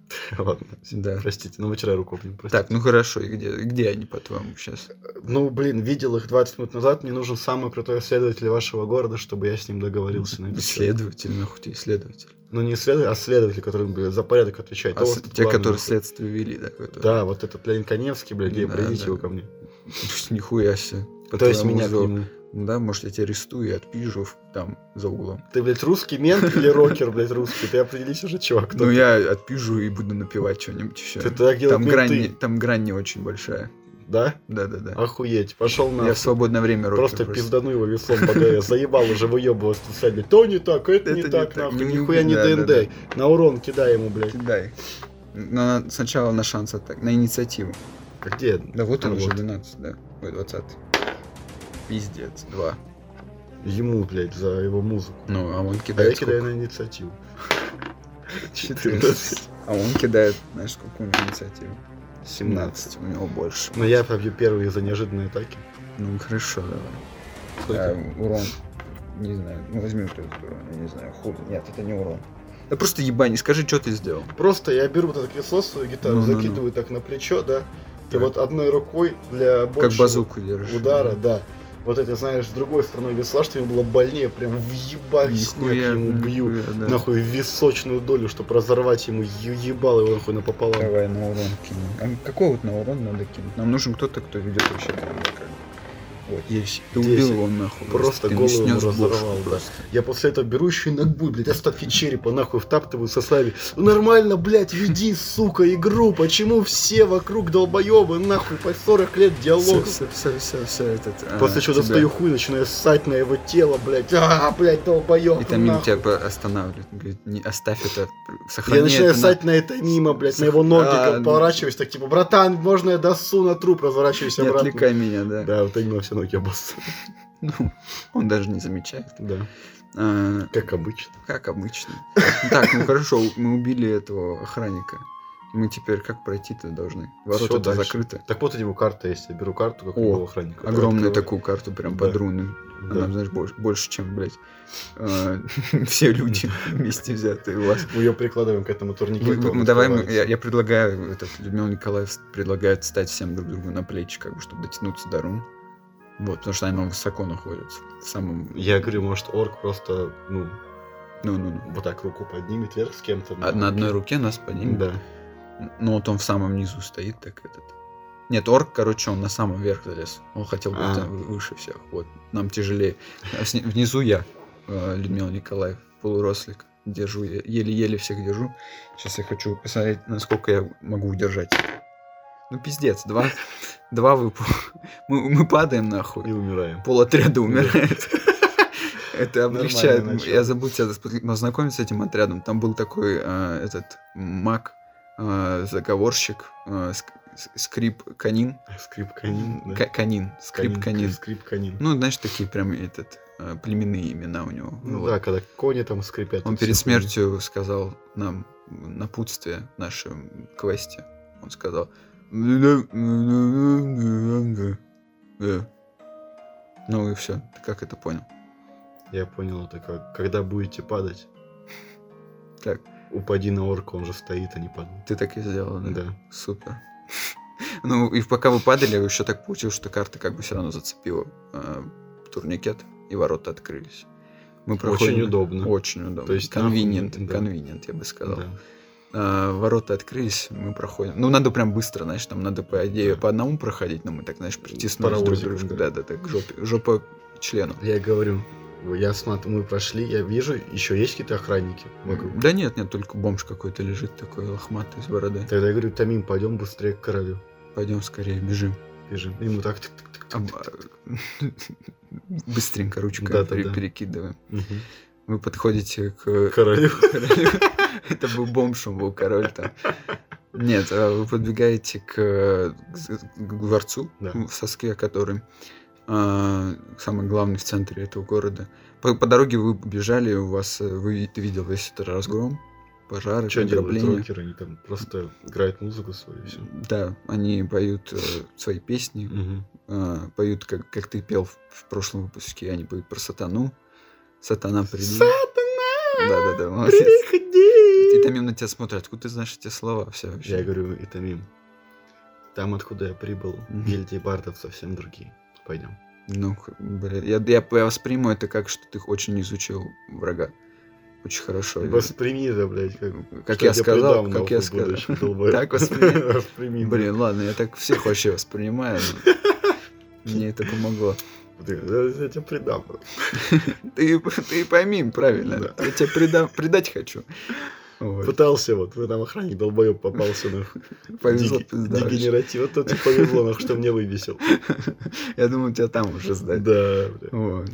Ладно, Да. простите, ну вытирай руку, блин, простите. Так, ну хорошо, и где, где они, по-твоему, сейчас? Ну, блин, видел их двадцать минут назад, мне нужен самый крутой исследователь вашего города, чтобы я с ним договорился на это. Исследователь, нахуй ты исследователь. Ну, не исследователь, а следователь, который, блин, за порядок отвечает. А То с- вот те, главный, которые нахуй. следствие вели, да? какой-то? Да, вот этот Леонид Коневский, блядь, гей, Да, приведите да. его ко мне. Нихуя себе. По То есть твоему меня к зову. нему. Да, может, я тебя арестую и отпизжу в- там, за углом. Ты, блядь, русский мент или рокер, блядь, русский? Ты определись уже, чувак. кто Ну, ты. я отпизжу и буду напевать что-нибудь еще. Ты так делать Там не грань, ты. не, там грань не очень большая. Да? Да-да-да. Охуеть, пошел на. Я в свободное время рокер Просто пиздану его веслом по ГС. Заебал уже выебываться писать, блядь. То не так, это, Это не не так, так, нахуй. не Нихуя не да, да, ДНД. На урон кидай ему, блядь. Кидай. Но на- сначала на шанс атак, на инициативу. А где? Да вот он А, уже вот. двенадцать, да. Ой, двадцатый. Пиздец, два. Ему, блядь, за его музыку. Ну, а он А я кидает кидаю сколько? на инициативу. четырнадцать. А он кидает, знаешь, сколько у него инициативы? семнадцать. семнадцать, у него больше. Но я побью первый из-за неожиданной атаки. Ну, хорошо, давай. Сколько? А, урон. Не знаю. Ну, возьми вот этот урон, я не знаю. Хуй. Нет, это не урон. Да просто ебани, скажи, что ты сделал. Просто я беру вот это кресло, свою гитару, Ну, ну, ну. закидываю так на плечо, да. И Так. вот одной рукой для Как большего базуку держишь. удара, да. Вот это, знаешь, с другой стороны весла, что ему было больнее, прям въебать снег Нихуя, ему бью. нихуя, да. Нахуй в височную долю, чтобы разорвать ему, ю- ебал его нахуй напополам. Давай на урон кинем. А какой вот на урон надо кинуть? Нам нужен кто-то, кто ведет вообще прям как. Вот, есть. Ты Десять. убил его нахуй. Просто Ты голову снес ему бошку разорвал, да. просто. Я после этого беру еще и ногой, блядь, остатки черепа нахуй втаптываю со словами. Ну нормально, блядь, веди, сука, игру. Почему все вокруг долбоебы, нахуй, по сорок лет Все, диалог. все, все, все, все этот. а, После чего тебя- достаю хуй, начинаю ссать на его тело, блядь. А, блядь, долбоеб. И там мимо нахуй. тебя по- останавливает. Говорит, не оставь это, сохрани Я начинаю это на- ссать на это мимо, блядь, на его ноги, А, как поворачиваюсь, так типа, братан, можно я досу на труп, разворачиваюсь Не обратно. отвлекай меня, да. Да, вот именно все ноги обоссу. Ну, он даже не замечает. Да, А, как обычно. как обычно. Так, ну хорошо, мы убили этого охранника. Мы теперь как пройти-то должны? Всё Ворота дальше. закрыты. Так вот у него карта есть, я беру карту, как у О, любого охранника. Огромную Открываю. такую карту, прям Да. под руны. Да. Она, знаешь, больше, больше, чем, блядь, э, все люди вместе взятые у вас. Мы ее прикладываем к этому турнику. Вы- вы- ну, давай, мы- я, я предлагаю, этот, Людмила Николаевна предлагает встать всем друг другу на плечи, как бы, чтобы дотянуться до рун. Вот, потому что они высоко находятся. В самом... Я говорю, может, орк просто, ну, Ну-ну-ну. вот так руку поднимет вверх с кем-то. А на одной руке нас поднимет. Да. Ну, вот он в самом низу стоит, так этот. Нет, орк, короче, он на самом верх залез. Он хотел быть А. там выше всех. Вот, нам тяжелее. А сни- Внизу я, э, Людмила Николаев, полурослик. Держу, я еле-еле всех держу. Сейчас я хочу посмотреть, насколько я могу удержать. Ну, пиздец, два, два выпу. Мы, мы падаем И нахуй. умираем. Пол отряда умирает. Это облегчает. Нормальное начало. Я забыл тебя познакомить с этим отрядом. Там был такой э, этот маг, э, заговорщик, э, ск- с- скрип канин. Скрип канин. да. Ка- канин. Скрип канин. Скрип канин. Ну, знаешь, такие прям этот э, племенные имена у него. Ну Вот. да, когда кони там скрипят. Он и перед всё хуйня. смертью сказал нам напутствие в нашем квесте. Он сказал... Э. Ну и все. Ты как это понял? Я понял, это как, когда будете падать, Так, упади на орка, он же стоит, а не падает. ты так и сделал, да? Да. Супер. Ну, и пока вы падали, еще так получилось, что карта как бы все равно зацепила э, турникет, и ворота открылись. Мы проходим... Очень удобно. Очень удобно. То есть convenient, нахуй, да. convenient, я бы сказал. Да. А, ворота открылись, мы проходим. Ну, надо прям быстро, знаешь, там надо, по идее, Да. по одному проходить, но мы так, знаешь, притиснулись друг к Паровозиком, дружке. да. Да, да, так, жопе, жопа к члену. Я и говорю, я смотрю, мы прошли, я вижу, еще есть какие-то охранники вокруг. Да нет, нет, только бомж какой-то лежит такой лохматый с бородой. Тогда я говорю, Тамим, пойдем быстрее к королю. Пойдем скорее, бежим. Бежим. И мы так... тык-тык-тык-тык. Об- Быстренько ручкой Да-да-да. пере- перекидываем. Мгм. Вы подходите к Королю. королю. Это был бомж, он был король там. Нет, а вы подбегаете к, к дворцу, Да. в соске, который а, самый главный в центре этого города. По, по дороге вы бежали, у вас, э, вы, ты видел весь этот разгром, пожары, Что делают ограбления. рокеры? Они там просто играют музыку свою и все. Да, они поют э, свои песни, э, поют, как, как ты пел в, в прошлом выпуске, они поют про сатану. Сатана придет. Да-да-да, молодец. Приходи! И Тамим на тебя смотрит, откуда ты знаешь эти слова все вообще? Я говорю, Итамим, там, откуда я прибыл, Мгм. гильдии бардов совсем другие. Пойдем. Ну, х- бля, я, я восприму это как, что ты очень изучил врага. Очень хорошо. Восприми это, блядь, как, Как что я тебе сказал, придам, как нахуй, я в сказал. будущем, долбоёб. Так восприми? Восприми. Блин, ладно, я так всех вообще воспринимаю. но Мне это помогло. Блин, я, я тебе придам. Ты, ты пойми правильно. Да. Я тебя преда- предать хочу. Вот. Пытался, вот, вы там охранник долбоёб попался, нахуй. Повезло, Деги- пизда вообще. Дегенератив. Вот тут тебе повезло, нахуй, что мне вывесил. Я думал, тебя там уже сдать. Да, бля. Вот.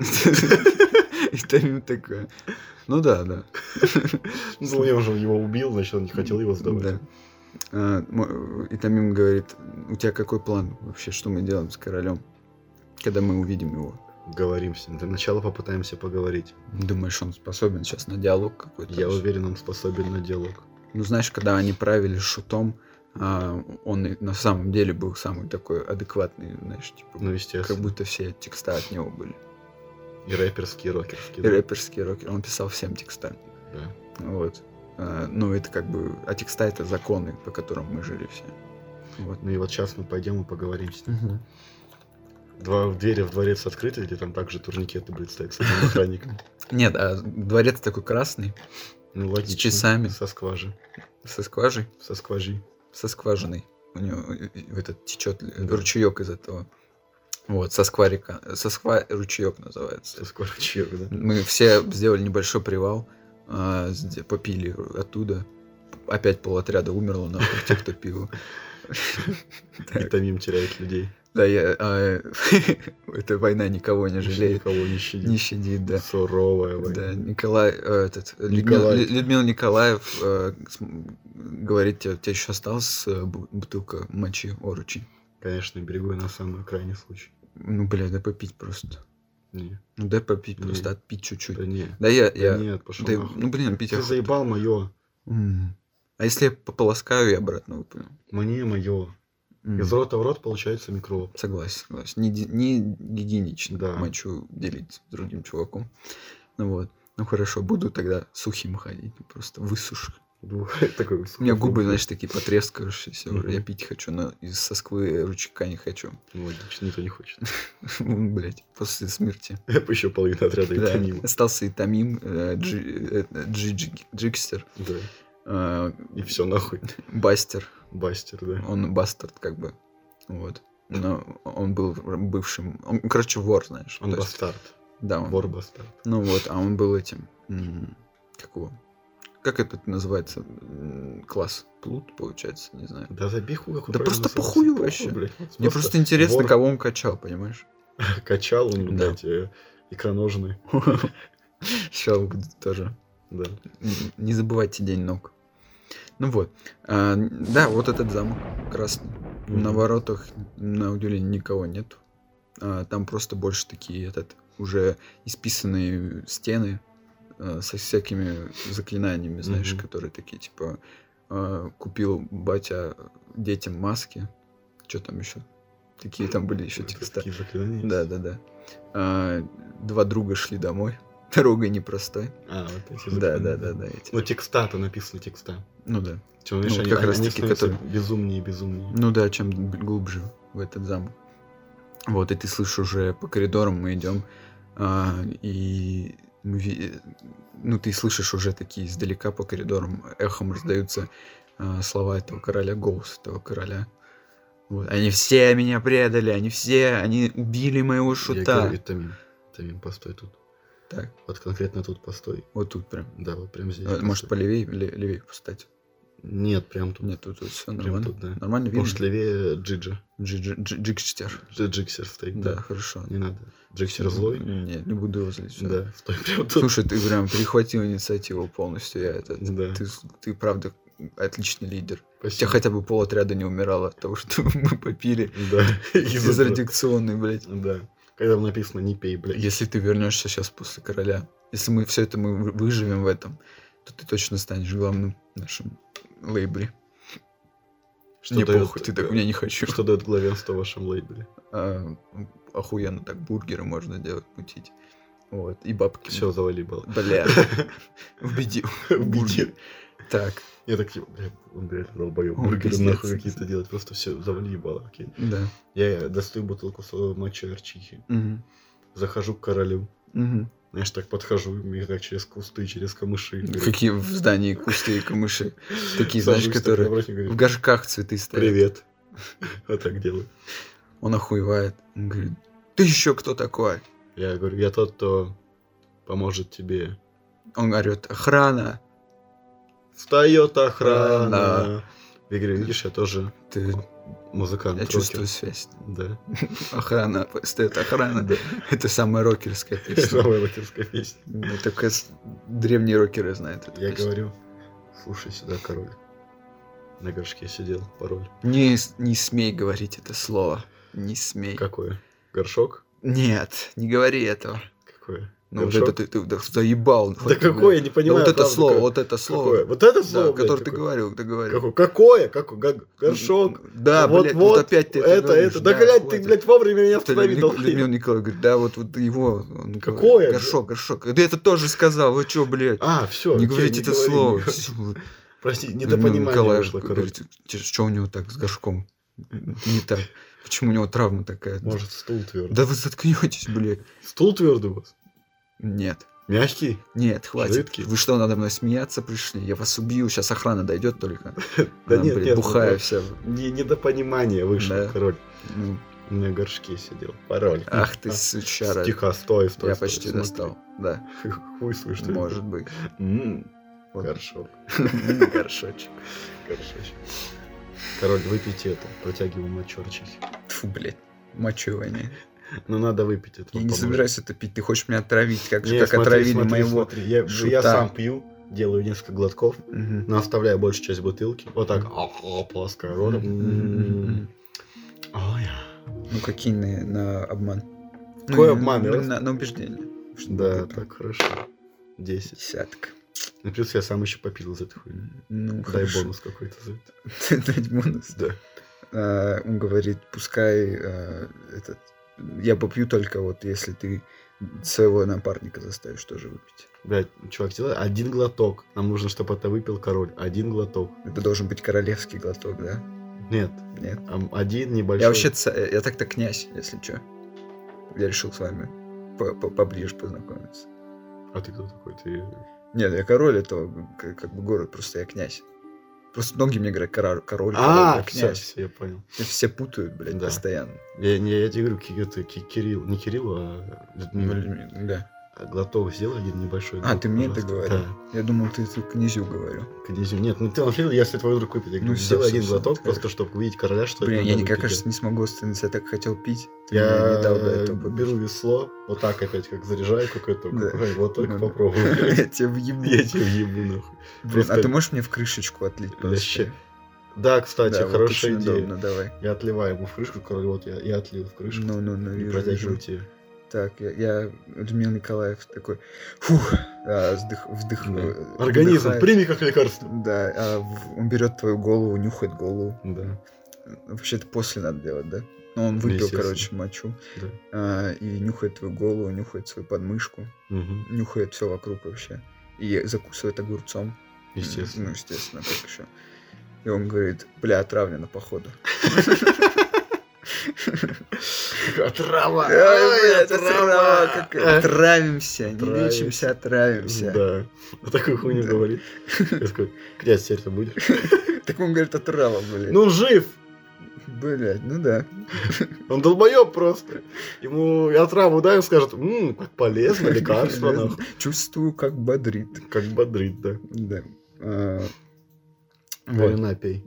И Тамим такой. Ну да, да. Ну, я уже его убил, значит, он не хотел его сдавать. Да. А, мо- И Тамим говорит, у тебя какой план вообще, что мы делаем с королем, когда мы увидим его? Говорим с ним. Для начала попытаемся поговорить. Думаешь, он способен сейчас на диалог какой-то? Я уверен, он способен на диалог. Ну, знаешь, когда они правили шутом, а, он и на самом деле был самый такой адекватный, знаешь, типа, Ну, как естественно. будто все текста от него были. И рэперские, и рокерские. И да. рэперские роки. Он писал всем текста. Да. Вот. А, ну, это как бы... А текста — это законы, по которым мы жили все. Вот. Ну и вот сейчас мы пойдем и поговорим с ним. Два двери в дворец открыты, где там также турникеты будет стоять с одним охранником. Нет, а дворец такой красный, Ну, логично. часами. Со скважи. со скважей, Со скважи. со скважиной. У него э, э, этот течет Да. ручеек из этого. Вот, со скварика. Со сква ручеек называется. Со скважи, да. Мы все сделали небольшой привал, а, сде- попили оттуда. Опять полотряда умерло, нахуй, те, кто пил. И Тамим теряет людей. Да, я... а, эта война никого не жалеет, Никого не щадит. не щадит, да. Суровая война. Да, Николай, э, этот, Людмила, Николай. Лю- Людмила Николаев э, с- м, говорит, тебе, у тебя еще осталась э, бу- бутылка мочи, оручи? Конечно, берегу я на самый крайний случай. Ну, бля, дай попить просто. Не, Ну, дай попить Не. просто, отпить чуть-чуть. да не. Да я, Да я... нет, пошел да, нахуй. ну, блин, пить Ты охота. заебал мое. М. А если я пополоскаю и обратно выплюну? Мне мое. М. Из рота в рот получается микроб. Согласен, согласен. Не, ди- не гигиенично Да. мочу делить с другим чуваком. Ну вот. Ну хорошо, буду тогда сухим ходить, просто высушу. Такой У меня губы, знаешь, такие потрескавшиеся уже. Мгм. Я пить хочу, но из Москвы ручейка не хочу. Логично, никто не хочет. Блять, после смерти. Еще половина отряда и Да. Тамима. Остался и Тамим, э, Джи- э, Джи- Джи- Джикстер, Да. э, И все нахуй. Бастер. Бастер, да. Он бастард, как бы. Вот. Но он был бывшим. Он, короче, вор, знаешь. Он То есть, бастард. да, он, Вор бастард. Ну вот, а он был этим. м, Как его? Как это называется? М, Класс. Плут, получается, не знаю. Да забей хуй, как он Да правильно просто назывался. похую Похуй, вообще. блядь. Мне просто интересно, вор. кого он качал, понимаешь? Качал он, Да. блядь, э, икроножный. Сейчас тоже. Да. Н- Не забывайте день ног. Ну вот. А, да, вот этот замок красный. На Мгм. воротах, на удивление, никого нет. А, там просто больше такие этот, уже исписанные стены а, со всякими заклинаниями, знаешь, Мгм. которые такие, типа, а, купил батя детям маски. Что там еще? Такие там были еще Это текста. такие заклинания есть? Да, да, да. А, два друга шли домой. Дорогой непростой. А, вот эти Да, заклинания. да, да, да. Эти. Ну, текста-то написано текста. Ну да. Чё, знаешь, вот они, как они раз таки, становятся которые- безумнее и безумнее. Ну да, чем глубже в этот замок. Вот, и ты слышишь уже по коридорам мы идем, а, и мы ви- ну ты слышишь уже такие издалека по коридорам эхом раздаются а, слова этого короля, голос этого короля. Вот. Они все меня предали, они все, они убили моего Я шута. говорю, Тамим, Тамим, постой тут. Так, Вот конкретно тут постой. вот тут прям. Да, вот прям здесь. А, Может, постой. полевее, ле- левее поставить? Нет, прям тут. Нет, тут, все Прям нормально. тут, да. Нормально видно? Может, левее Джиджа. Джи- джи- джи- Джикстер. Джи- Джиксер стоит, Да, да. хорошо. Не надо. Джиксер злой? Не, не буду его злить. всё. Да, стой прям тут. Слушай, ты прям перехватил инициативу полностью. Я это, Да. ты, ты правда отличный лидер. У тебя Спасибо. хотя бы пол отряда не умирало от того, что мы попили Да. из-за этого. безрадиационный, блядь. Да. Когда там написано «не пей», блядь. Если ты вернешься сейчас после короля, если мы все это мы вы- выживем в этом, то ты точно станешь главным в нашем лейбле. Что Мне дает- похуй, ты так меня не хочу. Что дает главенство в вашем лейбле? А, охуенно так бургеры можно делать, мутить. Вот, и бабки. Все, завали было. Бля. Убедил. Убедил. Так. Я так типа, блядь, он реально долбоёб. Он Бургеры пиздец. нахуй какие-то делать, просто все, завали ебало, окей. Да. Я достаю бутылку с мочой арчихи, Мгм. захожу к королю, Мгм. знаешь, так подхожу, и так через кусты, через камыши. говорю, Какие в здании кусты и камыши. Такие, сажусь, знаешь, так которые напротив, говорю, в горшках цветы стоят. привет. Вот так делаю. Он охуевает. Он говорит, ты еще кто такой? Я говорю, я тот, кто поможет тебе. Он орет, охрана. Встает охрана. Охрана. Я говорю, видишь, я тоже Ты... музыкант. Я рокер». чувствую связь. Да. Охрана. Стоит охрана. Да. Это самая рокерская песня. Самая рокерская песня. Ну, Только с- древние рокеры знают эту Я песню. говорю, слушай сюда, король. На горшке сидел, пароль. Не, с- не смей говорить это слово. Не смей. Какое? Горшок? Нет, не говори этого. Какое? Ну, вот Горшок? это ты, ты да, заебал. Да какое, я не Да понимаю. вот это правда, слово, какое? вот это слово. Какое? Вот это Да, слово, блядь, которое ты такое? говорил, ты говорил. Какое? Какое? Какое? Го- Горшок? Да, вот, блядь, вот, вот опять ты это, говоришь, это. Да, блядь, ты, хватит. блядь, вовремя меня Это остановить Людмила должен. Людмила Николаевна говорит, да, вот, вот его. он говорит, Какое? Горшок, горшок. Да это тоже сказал, вы чё, блядь? А, все. Не говорите это слово. Всё. Прости, Людмила недопонимание Николаевна вышло, короче. говорит, что у него так с горшком? Не так. Почему у него травма такая? Может, стул твердый. Да вы заткнетесь, блядь. Стул твердый у вас? Нет. Мягкий? Нет, хватит. Жидкий? Вы что, надо мной смеяться пришли? Я вас убью, сейчас охрана дойдет только. Да Она, нет, блядь, нет. бухая ну, вся. не- Недопонимание вышло, Да. король. Ну, На горшке сидел. Пароль. ах ты, А, сучара. Тихо, стой, стой. Я стой, почти смотри. достал. Да, Хуй свой, что ли? может быть. М, Вот. Горшок. Горшочек. Горшочек. Король, выпейте это. Протягиваю мочорчики. Фу, блядь. Мочевание. Ну, надо выпить это. Я не поможет. собираюсь это пить. Ты хочешь меня отравить, как же, Не, как смотри, отравили смотри, моего смотри. Я, шута. я сам пью, делаю несколько глотков, Мгм. но оставляю большую часть бутылки. Вот так. А, плоская рот. Мгм. Ой. Ну, какие на, на обман? Какой Ну, обман, На, да? на, на убеждение. Что Да, ты так хорошо. Десять. Десятка. Ну, плюс я сам еще попил из этой хуйни. Ну, Дай хорошо. бонус какой-то за это. Дать бонус. Да. А, он говорит, пускай а, этот, я попью только вот, если ты своего напарника заставишь тоже выпить. Блять, чувак, делай один глоток. Нам нужно, чтобы это выпил король. Один глоток. Это должен быть королевский глоток, да? Нет, Нет. ам- один небольшой. Я вообще, ца- я так-то князь, если что. Я решил с вами по- по- поближе познакомиться. А ты кто такой? Ты... Нет, я король этого, к- как бы город, просто я князь. Просто многие мне говорят король, король, А, король, я все, князь. все, я понял. И все путают, блядь, Да. постоянно. Я, не, я тебе говорю, ки- это Ки- Кирилл. Не Кирилл, а Ну, Людмила. Да. А глоток сделай один небольшой. А, глоток, ты мне это пожалуйста. говорил? Да. Я думал, ты, ты князю говорю. Князю. Нет, ну ты нафиг, если твой друг выпьет. Я говорю, Ну, всё, сделай всё, один всё, глоток, так. просто чтобы увидеть короля, что Блин, это я надо никак, выпить. кажется, не смогу остановиться, я так хотел пить. Ты мне Я не дал до этого попить. беру весло, вот так опять, как заряжаю какой-то, Да. какой глоток, Ну, попробую. Я тебя въебу. Я тебя ебу, нахуй. Блин, Просто- а ты можешь мне в крышечку отлить? Вообще. просто? Да, кстати, Да, вот хорошая очень идея. удобно, давай. Я отливаю ему в крышку, король, вот я, я отлил в крышку. Ну, ну, ну, и вижу, протягиваю вижу. тебе. Так, я, я Людмила Николаев такой, фух, а, вздых, вдых, Да. э, Организм, вдыхает. прими как лекарство. Да, а в- он берет твою голову, нюхает голову. Да. Вообще-то после надо делать, да? Ну, он выпил, Естественно. короче, мочу. Да. А, и нюхает твою голову, нюхает свою подмышку, Мгм. нюхает все вокруг вообще. И закусывает огурцом. Естественно. Ну, естественно, как еще. И он говорит, бля, отравлено, походу. Отрава! Ой, Ай, блядь, отрава! отрава какая. Отравимся, не Отравимся. лечимся, отравимся. Да. Вот такую хуйню Да. говорит. Я такой, князь, теперь ты будешь? Так он говорит, отрава, блядь. Ну, он жив! Блядь, ну да. Он долбоеб просто. Ему отраву дай, он скажет, ммм, как полезно, лекарство, нахуй. Чувствую, как бодрит. Как бодрит, да. Да. А, вот. Вина пей.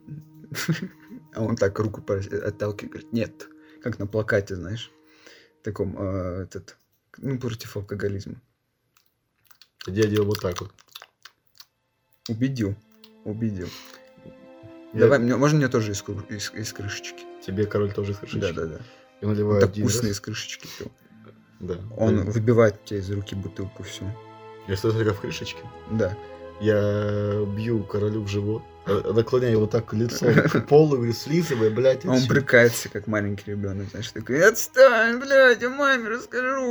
А он так руку по- отталкивает, говорит, нет. Как на плакате, знаешь. Таком, а, этот, ну, против алкоголизма. Я делал вот так вот. Убедил. Убедил. Я- Давай, мне, можно мне тоже из, кру- из, из крышечки? Тебе король тоже из крышечки? Да, да, да. Я наливаю Так один вкусно раз. из крышечки пил. Да. Он Да. выбивает у тебя из руки бутылку всю. Я стою только в крышечке. Да. Я бью королю в живот, а- наклоняю его так лицом к полу, говорю, слизывай, блядь, А он отсюда». брыкается, как маленький ребенок, знаешь, такой, отстань, блядь, я маме расскажу.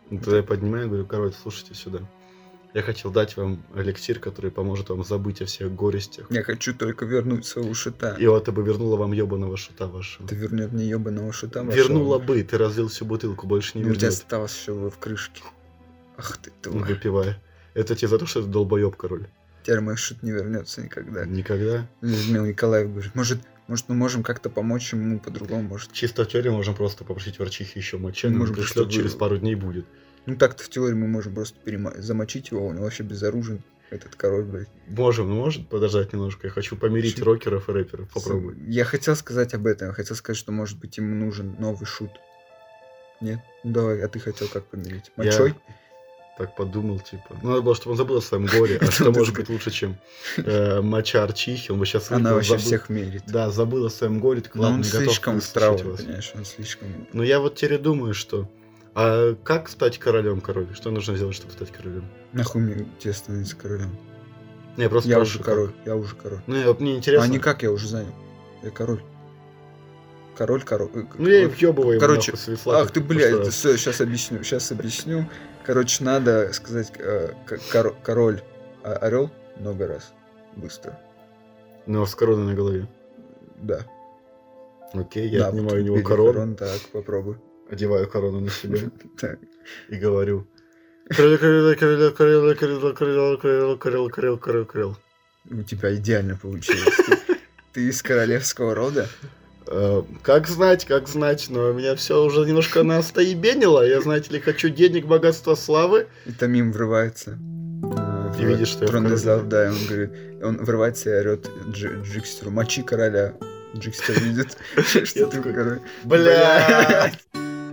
Ну, тогда я поднимаю и говорю: король, слушайте сюда. Я хотел дать вам эликсир, который поможет вам забыть о всех горестях. Я хочу только вернуть своего шута. И вот это бы вернуло вам ебаного шута вашего. Ты вернет мне ебаного шута вашего. Вернула бы, ты разлил всю бутылку, больше не Ну, у тебя вернет. осталось все в крышке. Ах ты Ну, тварь. выпивая. Это тебе за то, что ты долбоеб, король? Теперь мой шут не вернется никогда. Никогда. Людмила Николаев говорит, может, может, мы можем как-то помочь ему по-другому, может. Чисто в теории можем просто попросить врачихи еще мочи, Мы он можем пришлет, просто через вы- пару дней будет. Ну так-то в теории мы можем просто перема- замочить его, он вообще безоружен, этот король, блядь. Можем, ну может подождать немножко. Я хочу помирить Чё? рокеров и рэперов. Попробуй. Я хотел сказать об этом, я хотел сказать, что, может быть, ему нужен новый шут. Нет? Ну давай, а ты хотел как помирить? Я Мочой? так подумал, типа. Ну, надо было, чтобы он забыл о своем горе. А что может быть лучше, чем э, моча Арчихи? Он бы сейчас Она вообще забыл. всех мерит. Да, забыл о своем горе. Так, Но ладно, он не готов слишком выслушать вправо, вас. понимаешь, он слишком... Ну, я вот теперь думаю, что... А как стать королем, король? Что нужно сделать, чтобы стать королем? Нахуй мне тебе становиться королем? Не, я просто Я спрашиваю, уже как. король, я уже король. Ну, я, вот мне интересно. А никак я уже занял. Я король. Король, король. э, Ну, я и король. въебываю ему Короче, нахуй с весла, Ах как ты, в прошлый блядь, раз. сейчас объясню, сейчас объясню. Короче, надо сказать э, к- коро- король а- орел много раз. Быстро. Ну, с короной на голове. Да. Окей, я Да, отнимаю вот у него бери корону, корону, так, попробуй. одеваю корону на себя Так. и говорю: король, король, король, король, король, король, король, король, король, король, король. У тебя идеально получилось. Ты- Ты из королевского рода? Э, Как знать, как знать, но меня все уже немножко настоебенило. Я, знаете ли, хочу денег, богатства, славы. И Тамим врывается. э, Ты в видишь, что я в тронный короне? зал, да, и он говорит, он врывается и орет Дж- Джикстеру: мочи короля. Джикстер видит, что Я ты такой: король. Блядь!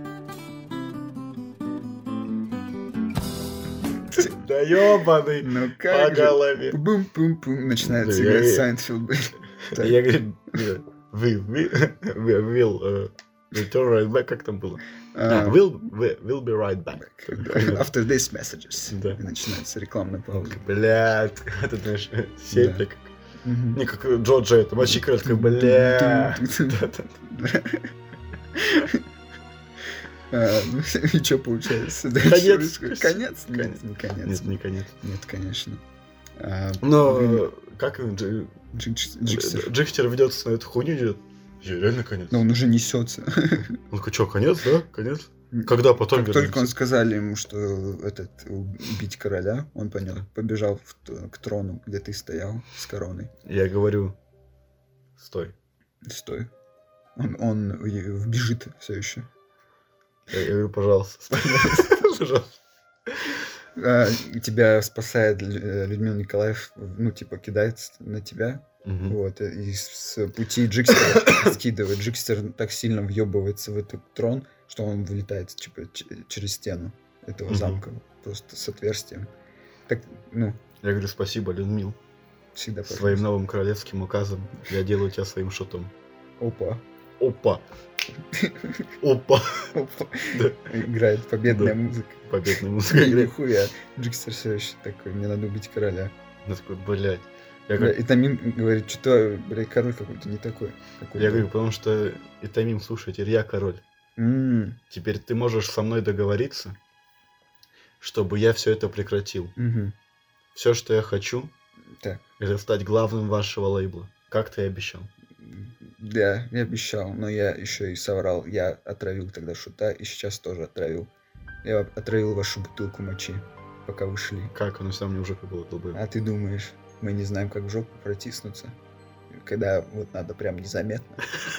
Да ёбаный Ну по как же? голове. Бум-пум-пум. Начинается Да, играть я- Сайнфилд, блядь. Так. Я говорю: вы, вы, we will uh, return right back, как там было? А, А, we'll, we- we'll be right back. After these messages. Да. И начинается рекламная пауза. Блядь, это, знаешь, сепля, как... Мгм. Не, как Джорджа, это мочи король, такой: блядь. А, ну, и что получается? Конец. Конец? Нет, не конец. Нет, не конец. Нет, конечно. А, Но блин, э, как Дж- Джикс- Джикстер. Джикстер ведется на эту хуйню, идет? Реально конец. Но он уже несется. Он такой: что, конец, да? Конец? Когда потом Как только он вернемся? сказали ему, что этот убить короля, он понял, побежал в т- к трону, где ты стоял с короной. Я говорю: стой. Стой. Он, он и- бежит все еще. Я, я говорю: пожалуйста, стой. Пожалуйста. А, и тебя спасает Лю- э, Людмила Николаев, ну, типа, кидается на тебя. Мгм. Вот, и с пути Джикстера скидывает. Джикстер так сильно въебывается в этот трон, что он вылетает типа, ч- через стену этого Мгм. замка. Просто с отверстием. Так, ну, Я говорю: спасибо, Людмил. всегда Своим пожалуйста. новым королевским указом я делаю тебя своим шутом. Опа. Опа. Опа. Опа. Да. Играет победная Да. музыка. Победная музыка играет. Нихуя. Джикстер все еще такой: мне надо убить короля. Я такой: блядь. Я Бля, говорю, И Тамин говорит: что, блядь, король какой-то не такой. какой я был». говорю, потому что Итамим, слушай, теперь я король. М, Теперь ты можешь со мной договориться, чтобы я все это прекратил. мгм. Все, что я хочу, Так. это стать главным вашего лейбла. Как ты и обещал. Да, я обещал, но я еще и соврал. Я отравил тогда шута и сейчас тоже отравил. Я отравил вашу бутылку мочи, пока вы шли. Как оно все мне уже было долбоёб. А ты думаешь, мы не знаем, как в жопу протиснуться? Когда вот надо прям незаметно.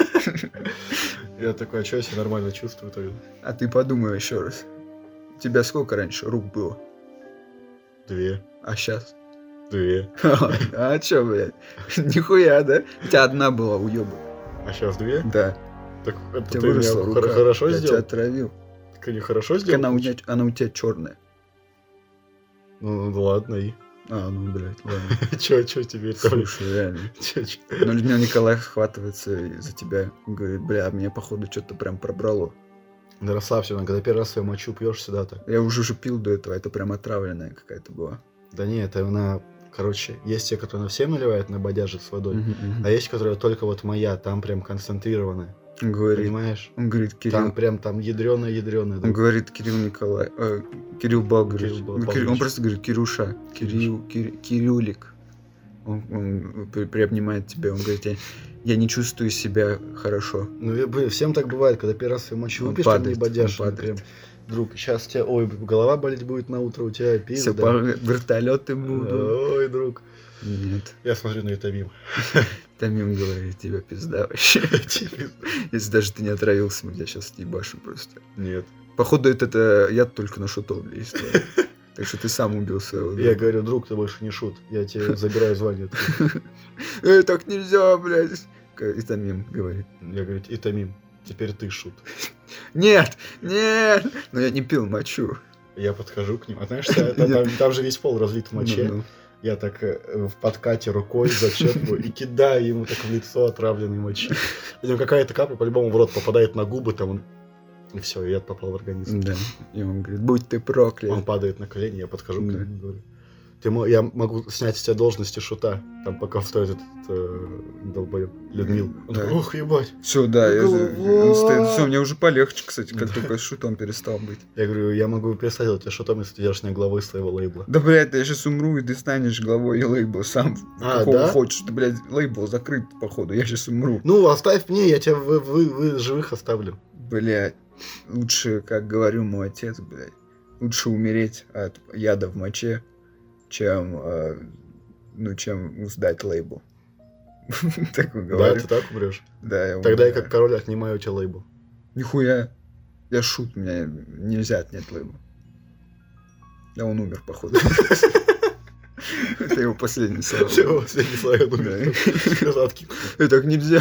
Я такой: а что я себя нормально чувствую тогда? А ты подумай еще раз. У тебя сколько раньше рук было? Две. А сейчас? Две. А чё, блядь? Нихуя, да? У тебя одна была, уёбок. А сейчас две? Да. Так У это тебя ты меня выросла хор- рука. хорошо Я тебя сделал? отравил. Так они хорошо Так сделал? Она у тебя, она у тебя черная. Ну, ну ладно, и. А, ну, блядь, ладно. Чё, чё теперь? там? Слушай, реально. Чё, чё? Но Людмила Николаев хватывается за тебя. Говорит: бля, мне походу что-то прям пробрало. Да расслабься, ну, когда первый раз свою мочу пьешь сюда-то. Я уже уже пил до этого, это прям отравленная какая-то была. Да не, это она, короче, есть те, которые на всем наливают, на бодяжит с водой. Мгм, мгм. А есть, которая только вот моя, там прям концентрированная. Он говорит, Понимаешь? он говорит, Кирилл, Там прям там ядреное, ядреное. он говорит, Кирилл Николай, э, Кирилл Болгарович. Кирилл Ну, Бол- Кирилл- он Болгарович. просто говорит, Кирюша, Кирилл, Кир- Кирюлик. Он, он при- приобнимает тебя, он говорит, я, я не чувствую себя хорошо. Ну, и, блин, всем так бывает, когда первый раз свою мочу Он выпьешь, там не падает, бодяшь. он ну, падает. Прям, друг, сейчас у тебя, ой, голова болеть будет на утро, у тебя Все, пизда. вертолеты будут. Ой, друг. Нет, Я смотрю на это мимо. Тамим говорит, тебя пизда вообще. Если даже ты не отравился, мы тебя сейчас ебашим просто. Нет. Походу, это, это яд только на шутов действует. Так что ты сам убил своего друга. Я говорю, друг, ты больше не шут. Я тебе забираю звание. Эй, так нельзя, блядь. И Тамим говорит. Я говорю, и Тамим, теперь ты шут. Нет, нет. Но я не пил мочу. Я подхожу к ним. А знаешь, что, там, там- там же весь пол разлит в моче. Ну, ну. Я так э, в подкате рукой зачерпываю и кидаю ему так в лицо отравленной мочи. И там какая-то капля по-любому в рот попадает на губы, там он... И все, яд попал в организм. Да. И он говорит, будь ты проклят. Он падает на колени, я подхожу к Да. нему и говорю, ты, мо- я могу снять с тебя должности шута, там пока стоит этот э, долбоеб Людмил. Он Да. такой, ох, ебать. Все, да, я, Голова. он стоит, все, мне уже полегче, кстати, как Да. только с шутом перестал быть. Я говорю, я могу перестать делать тебя шутом, если ты делаешь меня главой своего лейбла. Да, блядь, я сейчас умру, и ты станешь главой лейбла сам. А, какого да? хочешь. Да, блядь, лейбл закрыт, походу, я сейчас умру. Ну, оставь мне, я тебя вы, вы, вы живых оставлю. Блядь, лучше, как говорю мой отец, блядь, лучше умереть от яда в моче, чем, э, ну, чем сдать лейбл. Так он Да, говорит. ты так умрешь. Да, я Тогда я умираю. как король отнимаю у тебя лейбл. Нихуя. Я шут, меня нельзя отнять лейбл. Да он умер, походу. Это его последний слова. Все, последний слайд умер. Задки. Это так нельзя.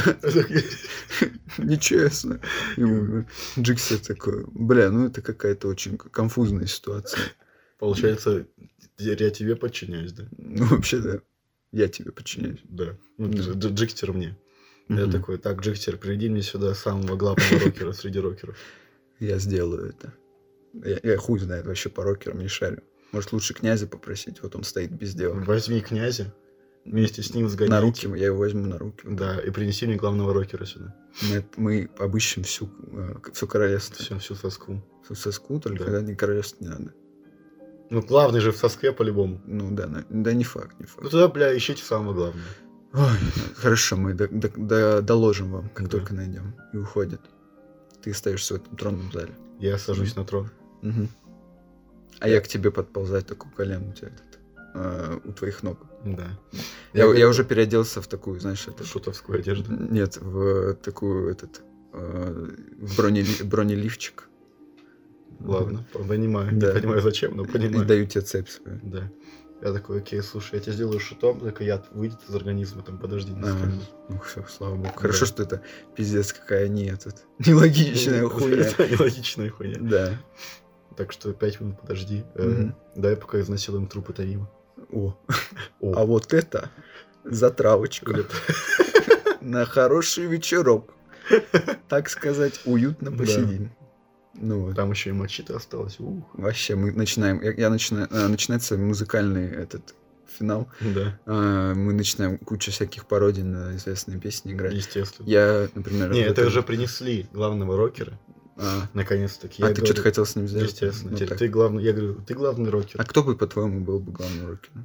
Нечестно. И умер. Джикси такой, бля, ну это какая-то очень конфузная ситуация. Получается, я тебе подчиняюсь, да? Ну вообще да. Я тебе подчиняюсь. Да. Ну, Да. Дж- Джикстер мне. Я Мгм. такой, так, Джикстер, приведи мне сюда самого главного рокера среди рокеров. Я сделаю это. Я, я хуй знает вообще по рокерам, не шарю. Может лучше князя попросить, вот он стоит без дела. Возьми князя, вместе с ним На сгоняйте. руки, я его возьму на руки. Да, и принеси мне главного рокера сюда. Мы, мы обыщем всю, э, все королевство. Всю, всю соску. Всю соску, только Да. да. не королевство не надо. Ну, главный же в соске по-любому. Ну да, на- да не факт, не Ну, факт. туда, бля, ищите самого главного. Ой, хорошо, мы до- до- до- доложим вам, как Да. только найдем. И уходит. Ты остаешься в этом тронном зале. Я сажусь на трон. Мгм. А я к тебе подползаю, такую колено у тебя этот, э, у твоих ног. Да. Я, я говорю, уже переоделся в такую, знаешь, это... шутовскую одежду. Нет, в такую, этот, э, в бронели- бронеливчик. Ладно, понимаю. Да. Не понимаю зачем, но И понимаю. даю тебе цепь свою. Да. Я такой, окей, слушай, я тебе сделаю шутом, только яд выйдет из организма, там, подожди несколько А, минут. ну все, слава богу. Хорошо, Да. что это пиздец какая не этот. Нелогичная хуйня. Да, нелогичная хуйня. Да. Так что пять минут подожди. Э, Мгм. Дай пока изнасилуем трупы Тарима. О, О, а вот это затравочка Привет. на хороший вечерок. Так сказать, уютно Да. посидим. Ну вот. Там еще и мочи-то осталось. Ух. Вообще, мы начинаем. Я, я начинаю. а, начинается музыкальный этот финал. Да, А, мы начинаем кучу всяких пародий на известные песни играть. естественно. Я, например... Не, в это этом- уже принесли главного рокера. А, Наконец-таки. а Я ты говорю, что-то хотел с ним сделать? Естественно. Ну, Теперь так. ты главный. Я говорю, ты главный рокер. А кто бы, по-твоему, был бы главным рокером?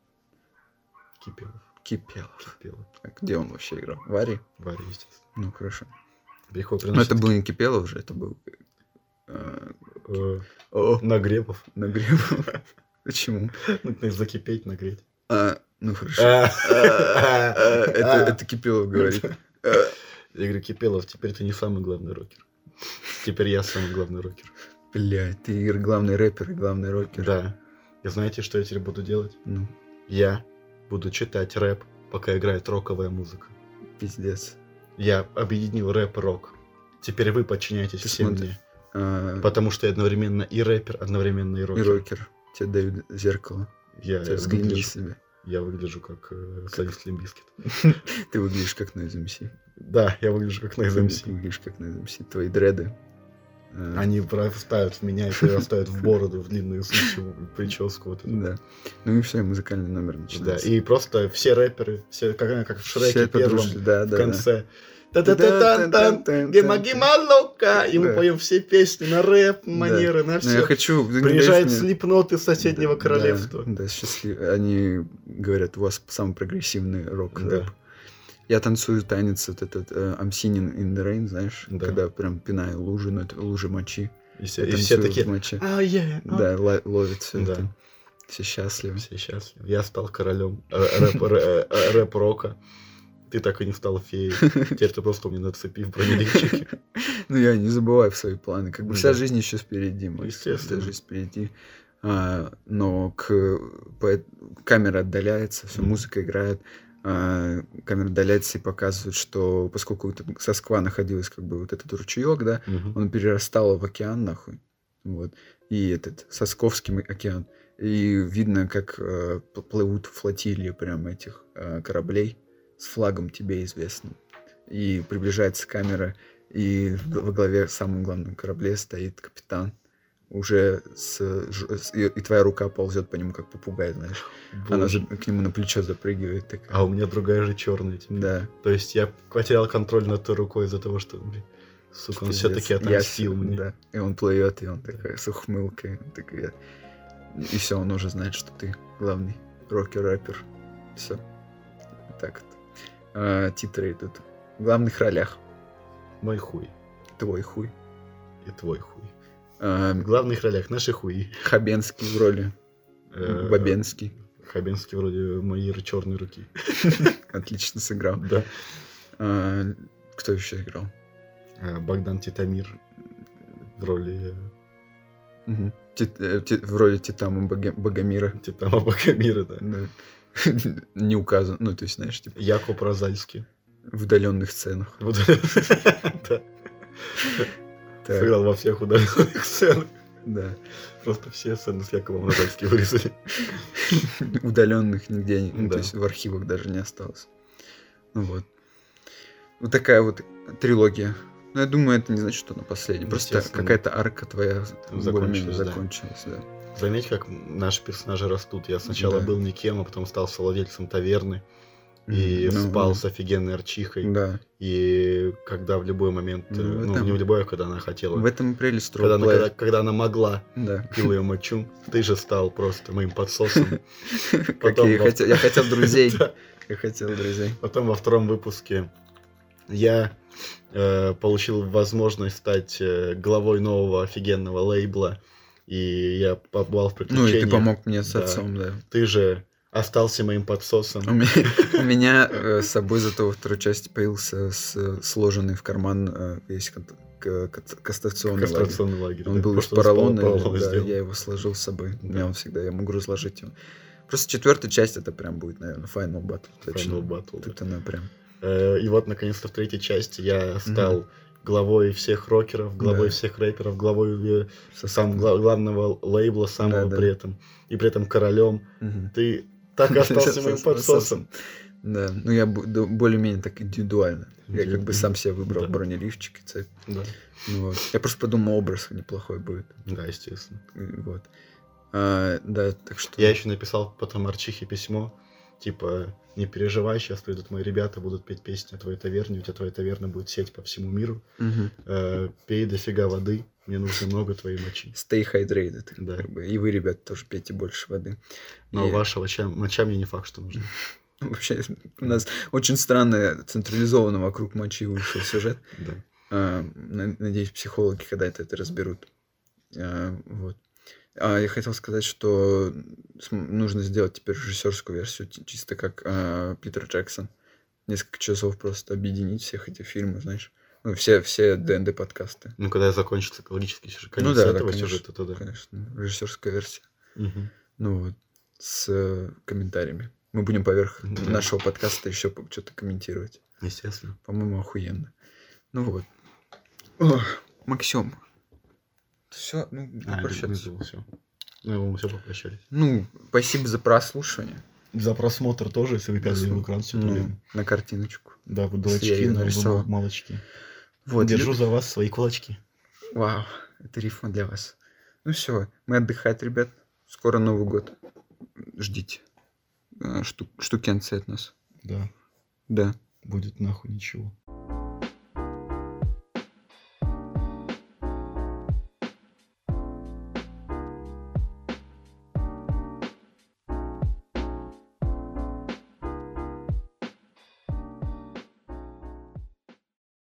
Кипелов. Кипелов. Кипелов. А где он вообще играл? Вари? Варя, естественно. Ну, хорошо. Приход Но это был не Кипелов же, это был... э, э, О, нагребов. Нагрев. Почему? Ну, то есть закипеть, нагреть. А, ну, хорошо. А. А, а, Это А. это Кипелов говорит. А, Я говорю, Кипелов, теперь ты не самый главный рокер. Теперь я самый главный рокер. Блядь, ты Игорь, главный рэпер и главный рокер. Да. И знаете, что я теперь буду делать? Ну, Я буду читать рэп, пока играет роковая музыка. пиздец. Я объединил рэп и рок. Теперь вы подчиняйтесь Ты всем смотри. мне. А, Потому что я одновременно и рэпер, одновременно и И рокер. рокер. Тебе дают зеркало. Я, Ты взгляни на выгляжу, себя. я выгляжу как э, солист Лимп Бизкит. Ты выглядишь как на эс эм си. Да, я выгляжу как на Ты эс эм си. выглядишь как на эс эм си. Твои дреды. А, Они вставят в меня и перерастают в бороду, в длинную сучью прическу. Вот эту. Да. Ну и все, музыкальный номер Да, начинается. и просто все рэперы, все, как, как в Шреке Все первом, подружили, да, в да, конце, Та-та-та-тан-тан, гема-гема-лока. И мы Да. поем все песни на рэп, Да. манеры, на Ну, я все. хочу... Приезжают мне- слипноты из соседнего Да, королевства. Да, счастливы. Они говорят, у вас самый прогрессивный рок, Да. рэп. Я танцую танец вот этот э, I'm singing in the rain, знаешь, Да. когда прям пинаю лужи, но это лужи мочи. И все, Я и все танцую такие, в моче. а, е, а». Да, ло- ловят все Да. это. Все счастливы. Все счастливы. Я стал королем э, рэп- рэ- э, рэп-рока. Ты так и не стал феей. Теперь ты просто у меня на цепи в бронеливчике. Ну, я не забываю в свои планы. Как бы вся Да. жизнь еще впереди. Макс. Естественно. Вся жизнь впереди. А, но к, по- камера отдаляется, все, Мгм. музыка играет. а, камера отдаляется и показывает, что поскольку вот со Сква находилась как бы вот этот ручеек, да, Мгм. он перерастал в океан, нахуй. Вот. И этот Сосковский океан. И видно, как э, п- плывут флотилии прям этих э, кораблей с флагом тебе известным. И приближается камера, и в- во главе самом главном корабле стоит капитан. Уже с, ж- с- и, и твоя рука ползет по нему, как попугай, знаешь. Она Боже. за- к нему на плечо запрыгивает. Такая. А у меня другая же черная. Да. То есть я потерял контроль над той рукой из-за того, что, блин, сука, он Пиздец. все-таки Я отомстил всё- мне. Да. И он плывет, и он такой с ухмылкой. он такой, я- И все, он уже знает, что ты главный рокер-рэпер. Все. Так вот. А, титры идут. В главных ролях Мой хуй твой хуй. и твой хуй. А, В главных ролях наши хуи. Хабенский в роли. Э, Бабенский. Хабенский вроде моей черной руки. Отлично сыграл. Да. А, кто еще играл? А Богдан Титамир в роли Мгм. Тит- э, ти- в роли Титама Боге- Богомира. Титама Богомира, да. Да. Не указан. Ну, то есть, знаешь, типа, Якуб Розальский. в удаленных сценах. Вот. Да. Так, Сыграл во всех удаленных сценах. да. Просто все сцены с Яковом Розальским вырезали. Удаленных нигде, не- ну, Да. то есть в архивах даже не осталось. Ну вот. Вот такая вот трилогия. Но я думаю, это не значит, что она последняя. Просто Естественно. какая-то арка твоя более-менее Закончилась, да. закончилась, да. Заметь, как наши персонажи растут. Я сначала Да. был никем, а потом стал совладельцем таверны. И Ну, спал ну, с офигенной арчихой. Да. И когда в любой момент, Ну, э, в ну, этом- не в любой, а когда она хотела. В этом и прелесть Когда она, ролплея. когда, когда она могла, Да. пил ее мочу. Ты же стал просто моим подсосом. Как Потом я и во- хотел. Я хотел друзей. Да. Я хотел друзей. Потом во втором выпуске я э, получил возможность стать э, главой нового офигенного лейбла. И я побывал в Ну, приключениях. и ты помог мне с Да. отцом, да. Ты же остался моим подсосом. У меня, у меня э, с собой зато во второй части появился с- сложенный в карман э, весь кон- к- к- кастационный лагерь. Кастрационный лагерь. Он да. был из Просто он с поролона, поролона да, сделан. я его сложил с собой. У Да. меня он всегда, я могу разложить его. Просто четвертая часть это прям будет, наверное, Final Battle. Точно. Final Battle, да. Тут она прям. Э, И вот, наконец-то, в третьей части я стал главой всех рокеров, главой Да. всех рэперов, главой э, со- сам гла- главного лейбла, самого Да, да. при этом. И при этом королем. Мгм. Ты так и остался моим подсосом. Да, ну я бу- да, более-менее так индивидуально. Я как бы Индивидуально. сам себе выбрал Да. бронеливчик и цепь. Да. Ну вот. Я просто подумал, образ неплохой будет. Да, естественно. И вот. А, да, так что... Я еще написал потом Арчихе письмо, типа, не переживай, сейчас придут мои ребята, будут петь песни о твоей таверне, у тебя твоя таверна будет сеть по всему миру. Мгм. Э, Пей дофига воды, мне нужно много твоей мочи. Stay hydrated. Да. как бы. И вы, ребят, тоже пейте больше воды. Но И ваша моча, моча мне не факт, что нужна. вообще у нас очень странно централизованно вокруг мочи вышел сюжет. Да. А, на- Надеюсь, психологи когда-то это разберут. А, Вот. А я хотел сказать, что см- нужно сделать теперь режиссерскую версию, чи- чисто как а, Питер Джексон. Несколько часов просто объединить всех этих фильмов, знаешь. Ну, все, все ДНД подкасты. Ну, когда закончится экологический сюжет, конец Ну да, да, этого конечно. сюжета, то да. Конечно, режиссерская версия. Мгм. Ну вот, с э, комментариями. Мы будем поверх Да. нашего подкаста еще по- что-то комментировать. Естественно. По-моему, охуенно. Ну вот. Ох, Максим. Все, ну, А, прощаться. все. Ну, мы все попрощались. Ну, спасибо за прослушивание. За просмотр тоже, если вы пялили в экран все это Ну, время. на картиночку. Да, вы я дурачки, её но вы нарисовал. молочки. Вот. Держу лю- за вас свои кулачки. Вау, это рифма для вас. Ну все, мы отдыхать, ребят. Скоро Новый год. Ждите. А, шту- штукенцы от нас. Да, Да. будет нахуй ничего.